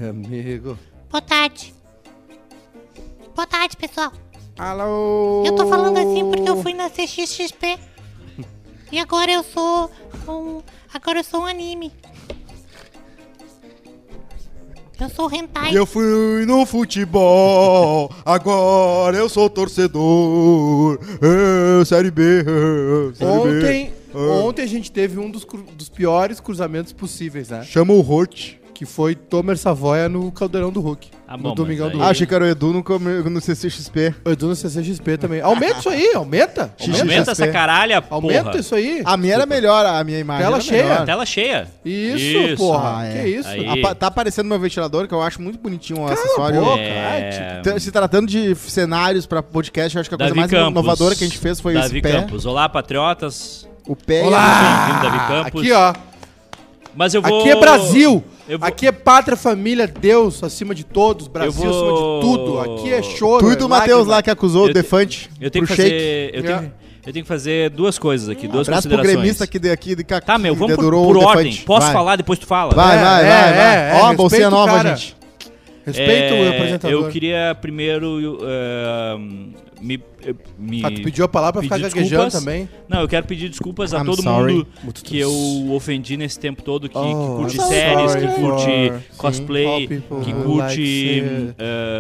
amigo. Boa tarde. Boa tarde, pessoal. Alô. Eu tô falando assim porque eu fui na CXXP. E agora eu sou um anime. Eu sou hentai. Eu fui no futebol, agora eu sou torcedor. Série B. Ontem a gente teve um dos piores cruzamentos possíveis, né? Chama o Hort. Que foi Tomer Savoia no Caldeirão do Hulk. Ah, no bom, Domingão mas do aí- Hulk. Achei que era o Edu no CCXP. O Edu no CCXP também. Aumenta isso aí, aumenta. Aumenta essa caralha, Aumenta porra. isso aí. A minha era melhor, a minha imagem Tela era cheia. melhor. Tela cheia. Isso, porra. Ah, é. Que isso? Aí. Tá aparecendo meu ventilador, que eu acho muito bonitinho o Cala a acessório. boca. Se tratando de cenários pra podcast, eu acho que a coisa Davi mais Campos. inovadora que a gente fez foi Davi esse pé. Campos. Olá, patriotas. O pé Olá! Bem-vindo, Davi Campos. Aqui, ó. Mas eu vou... Aqui é Brasil. Eu vou- Aqui é pátria, família, Deus acima de todos. Brasil Eu vou- acima de tudo. Aqui é choro. Tu e é do Matheus lágrima. lá que acusou o Eu- Defante Eu tenho que pro shake. fazer... Eu tenho que fazer duas coisas aqui, duas Abraço pro considerações. gremista que Tá, meu, vamos dedurou por o ordem. Defante. Posso Vai. falar, depois tu fala? Vai. Ó, respeita bolsinha o nova, cara. gente. Respeita o apresentador. Eu queria primeiro me Ah, tu pediu a palavra pra ficar pedir gaguejando desculpas. também? Não, eu quero pedir desculpas a I'm todo sorry. mundo que eu ofendi nesse tempo todo, que curte I'm séries, sorry que curte for cosplay, all people que who curte... likes,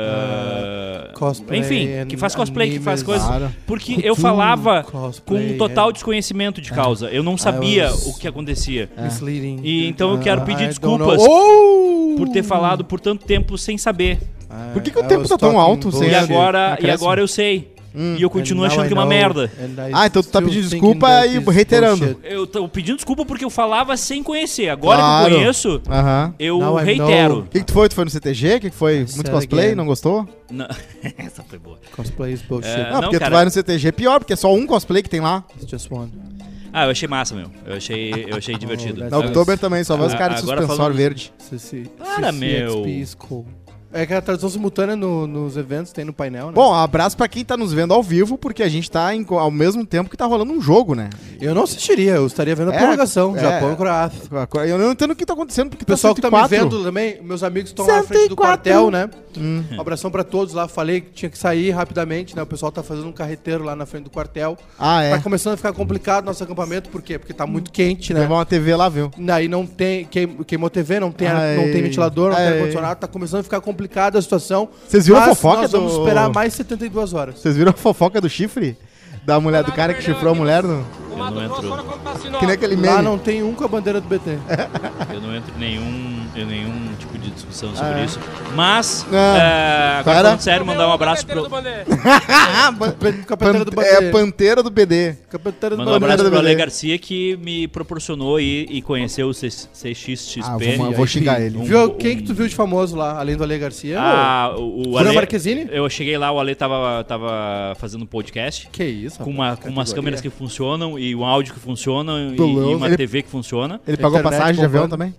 cosplay enfim, and que faz cosplay, que faz animes. coisas... Claro. Porque eu falava com Cosplay um total and desconhecimento de causa. Eu não sabia was- o que acontecia. Misleading. E então eu quero pedir I desculpas don't know. por ter falado por tanto tempo sem saber. Por que o tempo tá tão alto sem E É, agora acréscimo. eu sei. E eu continuo And achando now que é uma I know, merda. and I Ah, então tu tá still pedindo thinking desculpa that e is reiterando. bullshit. Eu tô pedindo desculpa porque eu falava sem conhecer. Agora Claro. que eu conheço, Aham. eu Now I reitero. O que tu foi? Tu foi no CTG? O que foi? Muito Said cosplay? again. Não gostou? Não. Essa foi boa. Cosplay is bullshit. É, Não, não, porque cara. tu vai no CTG é pior, porque é só um cosplay que tem lá. It's just one. Ah, eu achei massa, meu. Eu achei divertido. that's Na Mas- Oktober também, só vai os caras de Agora suspensório falando- verde. Para, meu. CCXP is cool. É que a tradução simultânea nos eventos tem no painel, né? Bom, abraço pra quem tá nos vendo ao vivo, porque a gente tá ao mesmo tempo que tá rolando um jogo, né? Eu não assistiria, eu estaria vendo a É, prorrogação. é. Japão e Croácia. Eu não entendo o que tá acontecendo, porque O pessoal que tá me 104. vendo também, meus amigos estão lá na frente do 104. quartel, né? Um abração pra todos lá. Falei que tinha que sair rapidamente, né? O pessoal tá fazendo um carreteiro lá na frente do quartel. Ah, é. Tá começando a ficar complicado nosso acampamento, por quê? Porque tá muito quente, né? Levar uma TV lá, viu? Daí não tem. Queimou TV, não tem Ai. ventilador, não tem Ai. ar-condicionado, tá começando a ficar complicada a situação. Vocês viram a Mas fofoca nós vamos do- esperar mais 72 horas. Vocês viram a fofoca do chifre? Da mulher, do cara que chifrou a mulher? No... Eu não entro, Que nem aquele Lá meme. não tem um com a bandeira do BT. eu não entro em nenhum tipo de discussão sobre isso. Mas, Ah. agora Cara. falando sério, mandar um abraço pro... Com a bandeira do BT. É Panteira do BD. Com a bandeira do Mandar um BT. abraço pro BD. Ale Garcia, que me proporcionou e conheceu o CXXP. Ah, vou xingar ele. Viu, quem que tu viu de famoso lá, além do Ale Garcia? O Bruna Ale... Marquezine? Eu cheguei lá, o Ale tava fazendo um podcast. Que isso, Com, rapaz, com umas categoria. câmeras que funcionam e um áudio que funciona e Beleza. uma Ele- TV que funciona. Ele pagou a Internet passagem de avião bombando. também?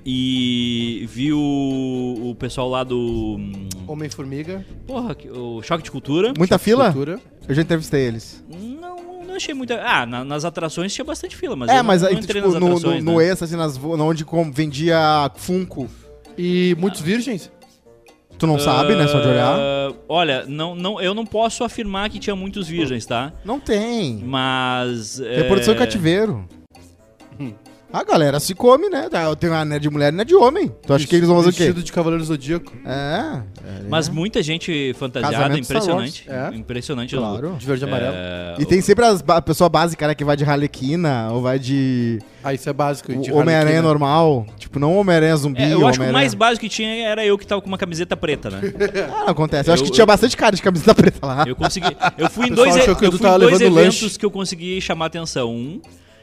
E vi o pessoal lá do... Homem-Formiga. Porra, o Choque de Cultura. Muita fila? Cultura. Eu já entrevistei eles. Não achei muita... nas atrações tinha bastante fila, mas É, eu mas não aí, entrei tipo, nas no atrações, no né? extra, assim, onde vendia Funko. E muitos virgens. Tu não sabe, né? Só de olhar. Olha, eu não posso afirmar que tinha muitos virgens, tá? Não tem. Mas... Reprodução em cativeiro. A galera se come, né? Tem uma né de mulher e né de homem. Tu acha que eles vão fazer o quê? Vestido de Cavaleiro Zodíaco. É. Mas muita gente fantasiada, Casamento Star impressionante. Wars. É. Impressionante. Claro. De verde e amarelo. E tem sempre a pessoa básica, né? Que vai de Harlequina ou vai de Ah, isso é básico. de o Homem-Aranha Harlequina. normal. Tipo, não Homem-Aranha zumbi. Eu acho que o Homem-Aranha- mais básico que tinha era eu que tava com uma camiseta preta, né? Ah, não acontece. Eu acho Eu- que tinha bastante cara de camiseta preta lá. Eu consegui. Eu fui em O pessoal dois, achou que o eu Edu fui em tava dois levando eventos lanche. que eu consegui chamar atenção. Um,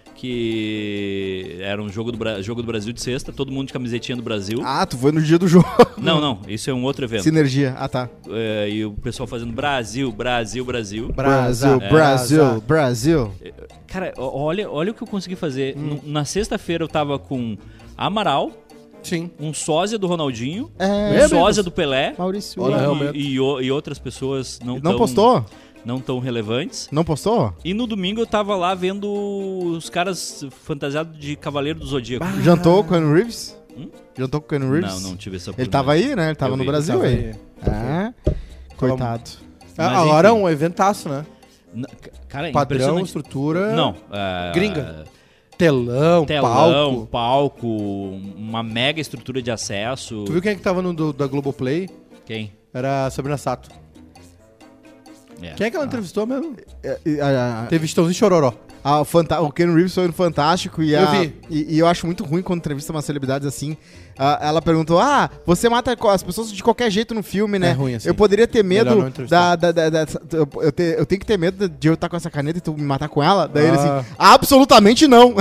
que era um jogo do Brasil de sexta, todo mundo de camisetinha do Brasil. Ah, tu foi no dia do jogo. Não, isso é um outro evento. Sinergia. Ah, tá. E o pessoal fazendo Brasil. Brasil, Brasa. Brasil, Brasil. Cara, olha o que eu consegui fazer. Na sexta-feira eu tava com Amaral, Sim. um sósia do Ronaldinho, É, um sósia do Pelé Maurício. Olha, realmente. e outras pessoas Não postou? não tão relevantes. Não postou? E no domingo eu tava lá vendo os caras fantasiados de Cavaleiro do Zodíaco. Jantou com o Keanu Reeves? Jantou com o Keanu Reeves? Não tive essa Ele oportunidade. tava aí, né? Ele tava Eu no vi, Brasil tava aí. aí. Coitado. Mas, Agora é enfim. um eventaço, né? Cara, Padrão, impressionante. estrutura. Não. Gringa. Telão, palco, uma mega estrutura de acesso. Tu viu quem é que tava no da Globoplay? Quem? Era a Sabrina Sato. Quem é que ela entrevistou mesmo? Teve Estãozinho Chororó. O Keanu Reeves foi no Fantástico e Eu vi. E eu acho muito ruim quando entrevista umas celebridades assim. Ela perguntou: você mata as pessoas de qualquer jeito no filme, né? É ruim assim. Eu poderia ter Melhor medo não entrevistar. eu tenho que ter medo de eu estar com essa caneta e tu me matar com ela? Daí ele assim: absolutamente não.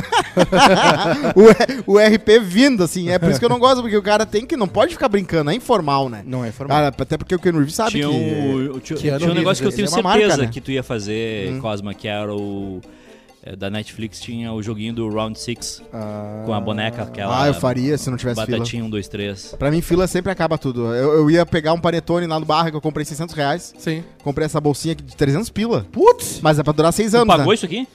o RP vindo, assim. É por isso que eu não gosto, porque o cara não pode ficar brincando, é informal, né? Não é formal. Cara, até porque o Keanu Reeves sabe Tinha um negócio que eu tenho ele é uma certeza marca, né? que tu ia fazer, Cosma, que era o... da Netflix tinha o joguinho do Round 6 com a boneca, aquela... eu faria se não tivesse Batatinha fila. 1, 2, 3. Pra mim, fila sempre acaba tudo. Eu ia pegar um panetone lá no Barra que eu comprei R$600. Sim. Comprei essa bolsinha aqui de 300 pila. Putz! Mas é pra durar 6 Tu anos, pagou né? isso aqui?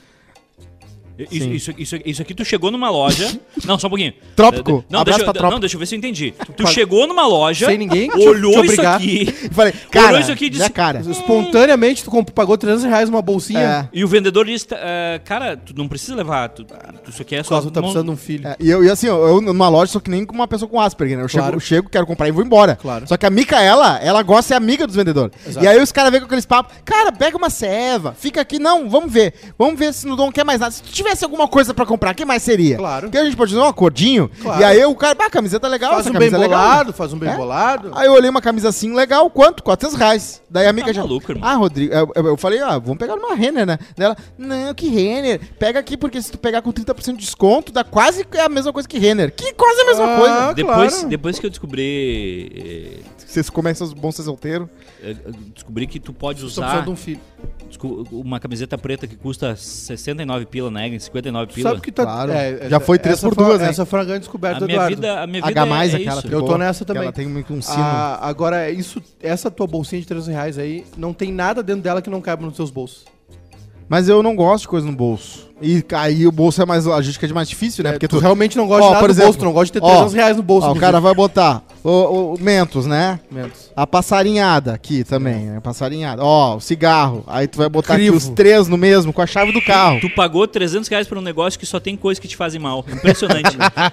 Isso aqui tu chegou numa loja... Não, só um pouquinho. Trópico. Não, Abraço deixa, pra Trópico. não, deixa eu ver se eu entendi. Tu chegou numa loja, Sem ninguém te olhou isso obrigar. aqui... E falei, cara, Olhou isso aqui e disse- minha cara. Espontaneamente, tu pagou R$300 numa bolsinha. É. E o vendedor disse, cara, tu não precisa levar, isso aqui é só... Cosmo tá precisando de um filho. E assim, eu numa loja sou que nem com uma pessoa com Asperger, né? Eu Claro. chego, quero comprar e vou embora. Claro. Só que a Micaela, ela gosta de ser amiga dos vendedores. Exato. E aí os caras vêm com aqueles papos, cara, pega uma ceva, fica aqui, não, vamos ver se não quer mais nada. Se tu tivesse alguma coisa pra comprar, o que mais seria? Claro. Porque a gente pode fazer um acordinho, Claro. e aí o cara, a camiseta é legal, Faz essa um bem camisa é legal. bolado, faz um bem É? bolado. Aí eu olhei uma camisa assim, legal, quanto? R$400. Daí a amiga Tá já... maluco, irmão. Rodrigo, eu falei, vamos pegar numa Renner, né? Daí ela, não, que Renner? Pega aqui, porque se tu pegar com 30% de desconto, dá quase a mesma coisa que Renner. Que quase a mesma coisa. claro. Depois que eu descobri... Vocês começam bom ser solteiro. Descobri que tu pode Estou usar precisando de um filho. uma camiseta preta que custa 69 pila na Egg, 59 Tu pila. sabe que tá... Claro. Já foi 3 essa por 2, hein? Essa foi uma grande descoberta A do minha Eduardo. vida, a minha vida H+, é aquela isso. Eu tô nessa também. Ela tem um sino. Agora, essa tua bolsinha de R$300 aí, não tem nada dentro dela que não caiba nos teus bolsos. Mas eu não gosto de coisa no bolso. E aí o bolso é mais... A gente que é mais difícil, né? Porque tu realmente não gosta de nada por do exemplo, bolso, tu não gosta de ter R$300 no bolso. o cara vai botar o Mentos, né? Mentos. A passarinhada aqui também, né? Passarinhada. O cigarro. Aí tu vai botar Crivo. aqui os 3 no mesmo, com a chave do carro. Tu pagou R$300 pra um negócio que só tem coisas que te fazem mal. Impressionante.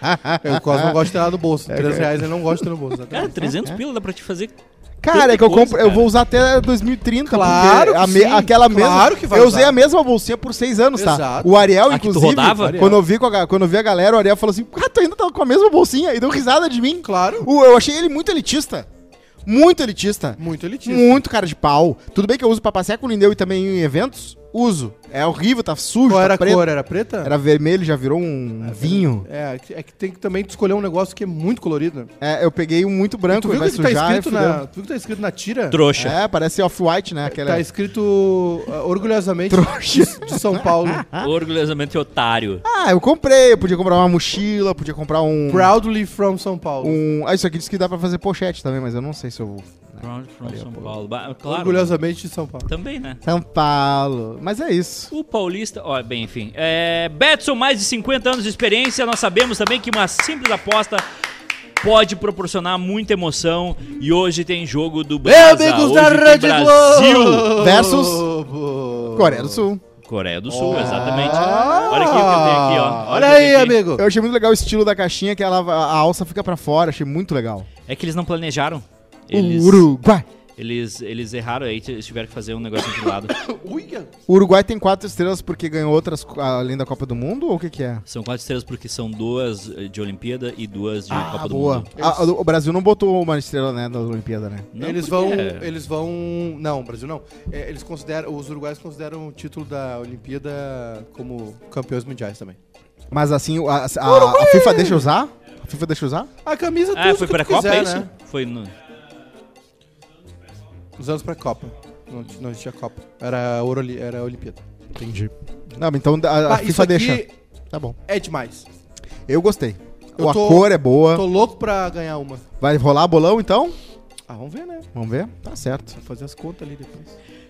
O Cosmo não gosta de ter nada no bolso. R$300 ele não gosta de ter no bolso. Cara, exatamente. 300 pila dá pra te fazer... Cara, é que eu coisa, compro, eu cara. vou usar até 2030. Claro porque que sim, aquela claro mesma. que vai eu usar. usei a mesma bolsinha por 6 anos, tá? Exato. O Ariel, Ah, que tu inclusive, rodava? quando eu vi a galera, o Ariel falou assim: tu ainda tá com a mesma bolsinha e deu risada de mim. Claro. Eu achei ele muito elitista. Muito elitista. Muito elitista. Muito cara de pau. Tudo bem que eu uso pra passear com o Lindeu e também em eventos? Uso. É horrível, tá sujo, Qual tá era a preto. cor? Era preta? Era vermelho, já virou um vinho. É que tem que também escolher um negócio que é muito colorido, né? Eu peguei um muito branco, Tu viu vai que tá sujar. escrito tu viu que tá escrito na tira? Trouxa. Parece off-white, né? Aquela... Tá escrito orgulhosamente de São Paulo. Orgulhosamente otário. Eu comprei. Eu podia comprar uma mochila, podia comprar um... Proudly from São Paulo. Isso aqui diz que dá pra fazer pochete também, mas eu não sei se eu vou... Proud from São Paulo. Claro. Orgulhosamente de São Paulo. Também, né? São Paulo. Mas é isso. O paulista... Ó, bem, enfim. Betson, mais de 50 anos de experiência. Nós sabemos também que uma simples aposta pode proporcionar muita emoção. E hoje tem jogo do Brasil. Amigos da Rede Globo! Versus Coreia do Sul. Coreia do Sul, exatamente. Olha aqui o que eu tenho aqui, ó. Olha o que eu aí, tenho aqui. amigo. Eu achei muito legal o estilo da caixinha, que a alça fica pra fora. Achei muito legal. É que eles não planejaram. Uruguai. Eles erraram aí, eles tiveram que fazer um negócio de lado. O Uruguai tem 4 estrelas porque ganhou outras além da Copa do Mundo, ou o que é? São 4 estrelas porque são 2 de Olimpíada e 2 de Copa do Boa. Mundo. O Brasil não botou uma estrela, né, da Olimpíada, né? Não, Eles porque- vão... Não, Brasil não. Os uruguaios consideram o título da Olimpíada como campeões mundiais também. Mas assim, a FIFA deixa usar? A FIFA deixa usar? A camisa Foi pra Copa, quiser, é isso? né? Foi no... Os anos pra Copa. Não existia Copa. Era a Olimpíada. Entendi. Não, então a Isso FIFA aqui deixa. Tá bom. é demais. Eu gostei. Eu A tô- cor é boa. Tô louco pra ganhar uma. Vai rolar bolão, então? Vamos ver, né? Vamos ver? Tá certo. Vou fazer as contas ali depois.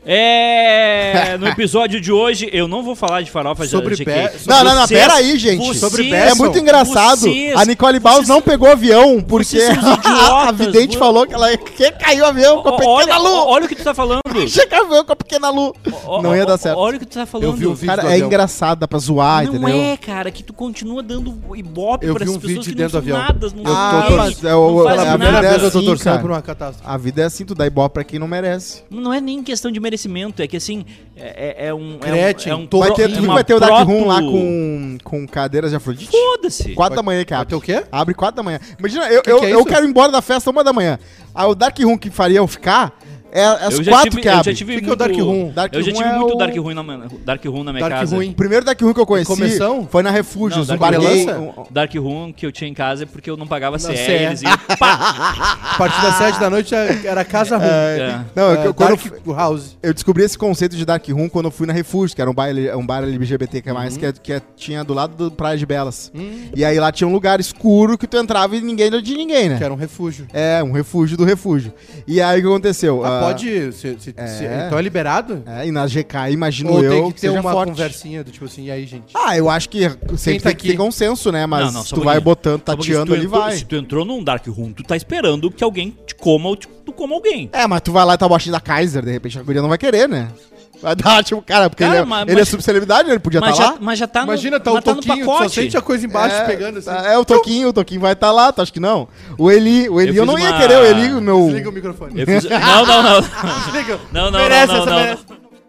No episódio de hoje, eu não vou falar de farofa Sobre GK. Não, pera aí, gente. Sobre É muito engraçado. vocês- A Nicole Baus não pegou avião porque vocês são idiotas, a vidente falou que ela que caiu o avião com a pequena Lu. Olha o que tu tá falando. Chega o avião com a pequena Lu. Não ia dar certo. Olha o que tu tá falando. Eu vi o vídeo Cara, do é avião. engraçado, dá pra zoar, Não entendeu? é, cara, que tu continua dando ibope Eu pra vi essas um pessoas vídeo que dentro do não avião. são nada, não Ah, são ninguém, mas não faz a Pela vida primeira é vez eu tô assim, torcendo cara. por uma catástrofe. A vida é assim, tu dá ibope pra quem não merece. Não é nem questão de merecimento, é que assim, é um... Crete, é um Vai ter, é tu uma vai ter o Dark proto- Room lá com cadeiras de Afrodite? Foda-se. 4 da manhã que Vai abre. ter o quê? Abre 4 da manhã. Imagina, eu que é eu isso? quero ir embora da festa 1 da manhã. Aí o Dark Room que faria eu ficar é às Eu já 4 tive- que eu abre. já tive Fica o Dark Room. Dark Eu já Room tive é muito o- Dark Room na minha Dark casa. Room. O primeiro Dark Room que eu conheci Comissão? foi na Refúgios. Não, Um Dark bar Room gay. lança? Dark Room que eu tinha em casa é porque eu não pagava CE. CE. Eles iam, pá! A partir das 7 da noite era casa ruim. É. Não, quando eu Dark House. Eu descobri esse conceito de Dark Room quando eu fui na Refúgio, que era um bar LGBT que é mais, que tinha do lado do Praia de Belas. E aí lá tinha um lugar escuro que tu entrava e ninguém era de ninguém, né? Que era um refúgio. É, um refúgio do refúgio. E aí o que aconteceu? Pode... Então é liberado? E na GK, imagino Ou eu, tem que ter seja uma forte. conversinha do tipo assim, e aí, gente? Eu acho que sempre tá tem que ter aqui? consenso, né? Mas Não, só tu um vai pouquinho. botando, Só um pouquinho. tateando Se tu ali, entrou- vai. Se tu entrou num Dark Room, tu tá esperando que alguém te coma ou tu coma alguém. Mas tu vai lá e tá o bochinho da Kaiser, de repente a guria não vai querer, né? Vai dar, tipo, cara, porque Cara, ele, mas- ele é subcelebridade, né? Ele podia estar lá. Mas já tá Imagina, tá mas o Toquinho, no só pacote. sente a coisa embaixo pegando assim. O Toquinho vai estar lá, tu acha que não? O Eli eu fiz não ia uma- querer, o Eli, o meu... Desliga o microfone. Eu fiz... Não. Desliga. Não. Merece essa, merece.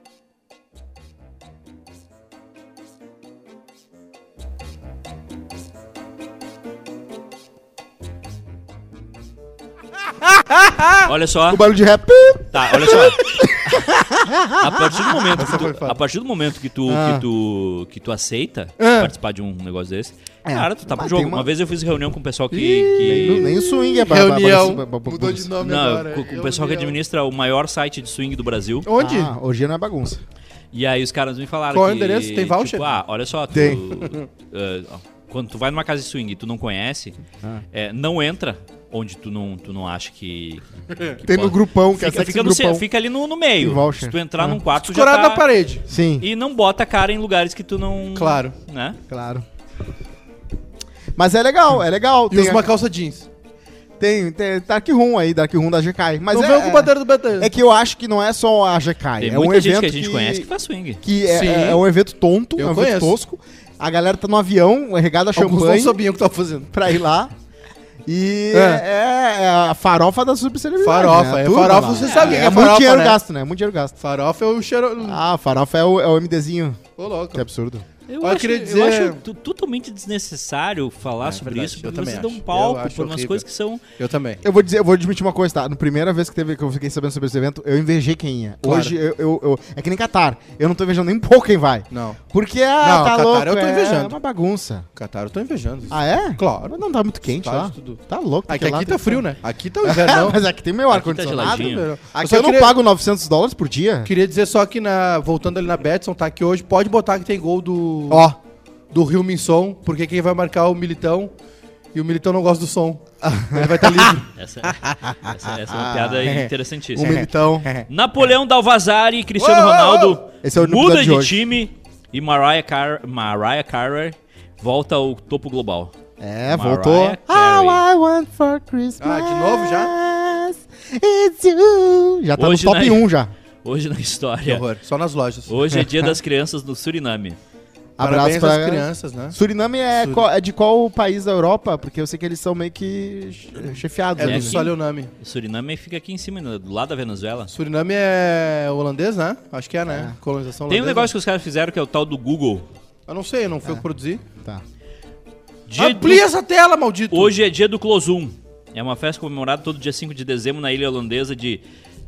Olha só. O barulho de rap. Tá, olha só. A partir do momento que foi tu, foda. a partir do momento que tu aceita participar de um negócio desse, cara, tu tá pro mas jogo. tem uma- Uma vez eu fiz reunião com o pessoal que Nem o swing é Reunião. bagunça. Mudou de nome não, agora. com o pessoal que administra o maior site de swing do Brasil. Onde? Hoje não é bagunça. E aí os caras me falaram Qual é o que... endereço? Tem voucher? Tipo, olha só, tu, Tem. quando tu vai numa casa de swing e tu não conhece, não entra onde tu não acha que Tem no pode. grupão, que é Fica, sexy fica, no, grupão. fica ali no meio. Tem voucher. Se tu entrar num quarto, tu já Escorado tá... na parede. Sim, E não bota a cara em lugares que tu não... Claro. Né? claro. Mas é legal, é legal. E usa uma calça jeans. Tem Dark Room aí, Dark Room da GK. Mas Não é, vê o combateiro do BT. é que eu acho que não é só a GK. Tem É um muita gente evento que a gente conhece que faz swing. que Sim. é um evento tonto, Eu é um evento conheço. tosco. A galera tá no avião, regada a Alguns não champanhe sabiam o que tava fazendo. pra ir lá. E É. é a farofa da subcelebridade. Farofa, né? é Tudo farofa, lá. você sabe o que é muito farofa, dinheiro né? gasto, né? Muito dinheiro gasto. Farofa é o cheiro... Farofa é o MDzinho. Ô, louco. Que absurdo. Eu Eu acho, queria eu dizer- acho totalmente desnecessário falar sobre verdade, isso, eu porque também vocês dão acho. um palco Eu acho por umas horrível. coisas que são... Eu também. Eu vou admitir uma coisa, tá? Na primeira vez que eu fiquei sabendo sobre esse evento, eu invejei quem ia. Claro. Hoje, é que nem Qatar. Eu não tô invejando nem um pouco quem vai. Não. Porque, Não, tá Qatar louco, eu tô invejando. É uma bagunça. Catar, eu tô invejando. Ah, é? Claro. Mas não tá muito quente Faz lá. tudo. Tá louco. Aqui, porque lá aqui tem tá frio, que- né? Aqui tá o inverno, não. Mas aqui tem meu Aqui tá ar-condicionado. geladinho. Aqui eu não pago $900 por dia. Queria dizer só que, voltando ali na Betson, tá? Que hoje pode botar que tem gol do Rio Minson, porque quem vai marcar é o Militão, e o Militão não gosta do som. Ele vai estar livre. Essa é uma piada O interessantíssima. Militão. Napoleão Dalvazari e Cristiano Uou, uou, Ronaldo uou. Esse é o muda episódio de de hoje. time e Mariah Carey volta ao topo global. É, Mariah voltou. Carey. All I want for Christmas. Ah, de novo já? It's you. Já tá Hoje no top na- 1 já. Hoje na Que história. horror. Só nas lojas. Hoje é dia das crianças no Suriname. Parabéns Abraço às pra crianças, né? Suriname é de qual país da Europa? Porque eu sei que eles são meio que chefiados. É ali, do né? Soleoname. O Suriname fica aqui em cima, do lado da Venezuela. Suriname é holandês, né? Acho que é, né? Colonização Tem holandesa. um negócio que os caras fizeram que é o tal do Google. Eu não sei, não foi eu que produzi. Tá. Dia Amplia essa tela, maldito! Hoje é dia do Closum. É uma festa comemorada todo dia 5 de dezembro na ilha holandesa de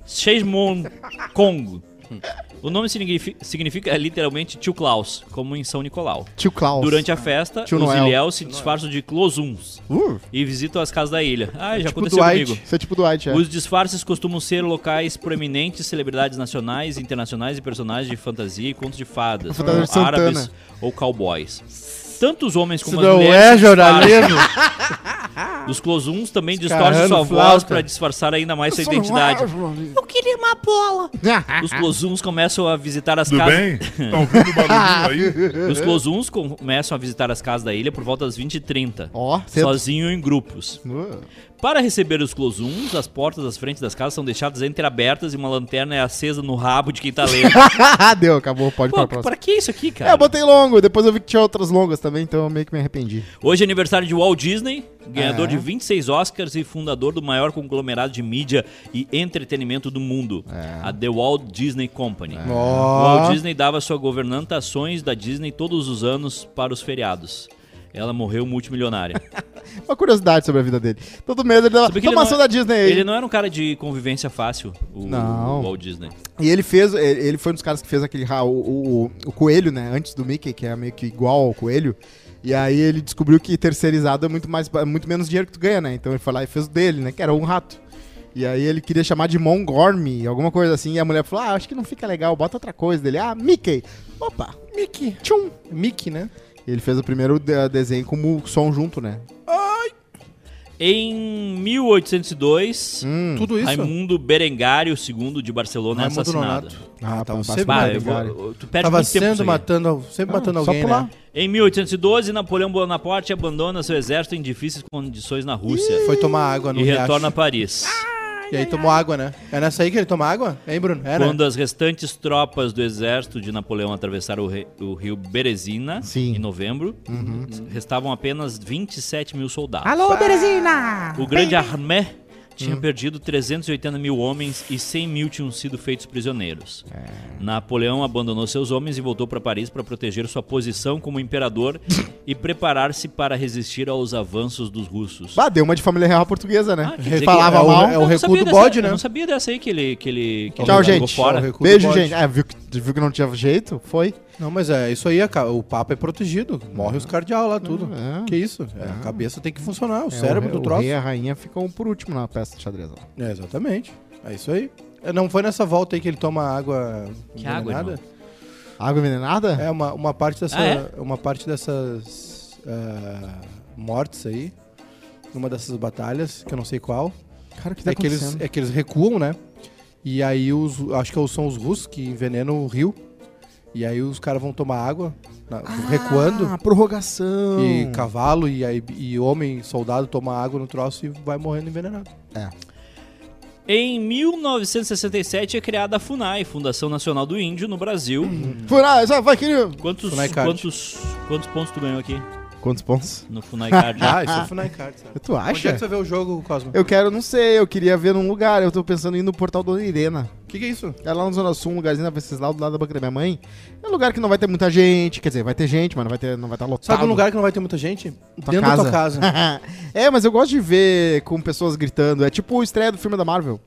Schesmond-Kong. O nome significa literalmente Tio Klaus, como em São Nicolau. Tio Klaus. Durante a festa, Tio os Noel. ilhéus se disfarçam de Closuns e visitam as casas da ilha. Ah, já Tipo aconteceu Dwight. comigo. Isso é tipo Dwight, é. Os disfarces costumam ser locais proeminentes, celebridades nacionais, internacionais e personagens de fantasia e contos de fadas, Fantasia de como árabes Santana. ou cowboys. Tanto os homens Isso como as não mulheres é se disfarçam. jornalismo? Os closuns também distorcem Escarrando sua voz flauta. pra disfarçar ainda mais sua identidade. Eu queria uma bola. Os closuns começam a visitar as Tudo casas... bem? Tá ouvindo o barulhinho aí? Os closuns começam a visitar as casas da ilha por volta das 20h30. Ó, cedo. Sozinho ou em grupos. Para receber os closuns, as portas das frentes das casas são deixadas entreabertas e uma lanterna é acesa no rabo de quem tá lendo. Deu, acabou, pode Pô, para próxima. pra que isso aqui, É, cara? eu botei longo, depois eu vi que tinha outras longas também, então eu meio que me arrependi. Hoje é aniversário de Walt Disney, ganhador É. de 26 Oscars e fundador do maior conglomerado de mídia e entretenimento do mundo, a The Walt Disney Company. O Walt Disney dava sua governanta ações da Disney todos os anos para os feriados. Ela morreu multimilionária. Uma curiosidade sobre a vida dele. Todo mês ele dava Sabe que ele uma ação não- da Disney aí. Ele não era um cara de convivência fácil, Não. o Walt Disney. E ele fez, ele foi um dos caras que fez aquele o coelho, né? Antes do Mickey, que é meio que igual ao coelho. E aí ele descobriu que terceirizado é muito menos dinheiro que tu ganha, né? Então ele foi lá e fez o dele, né? Que era um rato. E aí ele queria chamar de Mongormy, alguma coisa assim. E a mulher falou, acho que não fica legal, bota outra coisa dele. Mickey. Opa, Mickey. tchum. Mickey, né? E ele fez o primeiro desenho como som junto, né? Em 1802, Tudo isso. Raimundo Berengário II de Barcelona é Raimundo assassinado. Nonato. Tava passa sempre, Bah, Berengário. tu perde tava muito tempo com isso sendo aí. sempre matando Só alguém, pular. né? Em 1812, Napoleão Bonaparte abandona seu exército em difíceis condições na Rússia Foi tomar água no e riacho. retorna a Paris. E aí tomou água, né? É nessa aí que ele toma água? Hein, Bruno? É, né? Quando as restantes tropas do exército de Napoleão atravessaram o rio Berezina, Sim. em novembro, restavam apenas 27 mil soldados. Alô, Berezina. O grande Armé tinha perdido 380 mil homens e 100 mil tinham sido feitos prisioneiros. Napoleão abandonou seus homens e voltou para Paris para proteger sua posição como imperador e preparar-se para resistir aos avanços dos russos. Bah, deu uma de família real portuguesa, né? Ah, quer dizer Falava que é o- mal. é Eu o não recuo sabia do dessa- bode, né? Eu não sabia dessa aí que ele Tchau, jogou gente. fora. É o recuo do Beijo, bode. gente. Viu que não tinha jeito? Foi. Não, mas é isso aí, o papo é protegido. Morre os cardeal lá, tudo. É. Que isso? A cabeça tem que funcionar, o É, cérebro do o troço. rei e a rainha ficam por último na peça de xadrez. Ó. É, exatamente. É isso aí. Não foi nessa volta aí que ele toma água Que água, envenenada? irmão? Água envenenada? É, uma parte dessa, Ah, é? uma parte dessas mortes aí, numa dessas batalhas, que eu não sei qual, Cara, o que tá que eles, acontecendo? é que eles recuam, né? E aí acho que são os russos que envenenam o rio. E aí os caras vão tomar água, recuando. Ah, prorrogação. E cavalo e homem, soldado, toma água no troço e vai morrendo envenenado. É. Em 1967 é criada a FUNAI, Fundação Nacional do Índio, no Brasil. Funai, só vai, querido. Quantos pontos tu ganhou aqui Quantos pontos? no FUNAI Card? Ah, isso é Funai Card, sabe? Tu Onde é acha? que você vê o jogo, Cosmo? Eu quero, não sei, eu queria ver num lugar. Eu tô pensando em ir no portal Dona Irena. O que é isso? É lá na Zona Sul, um lugarzinho na Venceslau, do lado da banca da minha mãe. É um lugar que não vai ter muita gente. Quer dizer, vai ter gente, mas não vai estar lotado. Sabe um lugar que não vai ter muita gente? Tua Dentro da tua casa. É, mas eu gosto de ver com pessoas gritando. É tipo a estreia do filme da Marvel.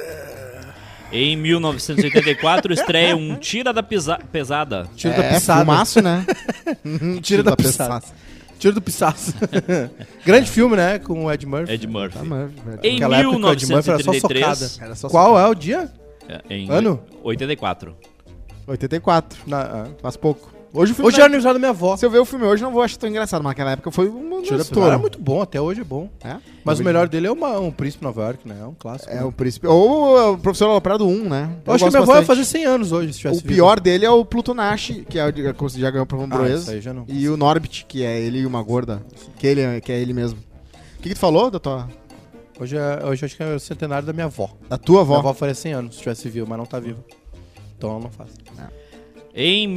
Em 1984 estreia um Tira da Pesada. Tiro da pisada. Fumaço, né? Tiro da pisada. Tiro do Pissaço. Grande filme, né? Com o Ed Murphy. Ed Murphy. Tá, mano, velho. Em Naquela época que o Ed Murphy era só 1933, socada. Era só Qual é o dia? Em Ano? 84. 84. Faz pouco. Hoje o filme Hoje é aniversário da minha avó. Se eu ver o filme hoje, não vou achar tão engraçado. Mas naquela época foi uma Tiro da estouro. Pisada é muito bom, até hoje é bom. É? Mas o melhor dele é um Príncipe Nova York, né? É um clássico. É né? o Príncipe. Ou o Professor Aloprado 1, né? Eu acho que gosto minha avó ia bastante. fazer 100 anos hoje, se tivesse O pior dele é o Plutonashi, que é o que já ganhou pro isso Proeza. aí já não. E o Norbit, que é ele e uma gorda. Que é ele mesmo. O que tu falou da tua... Hoje acho que é o centenário da minha avó. Da tua Minha avó? avó faria 100 anos se tivesse vivo, mas não tá viva. Então ela não faz. Em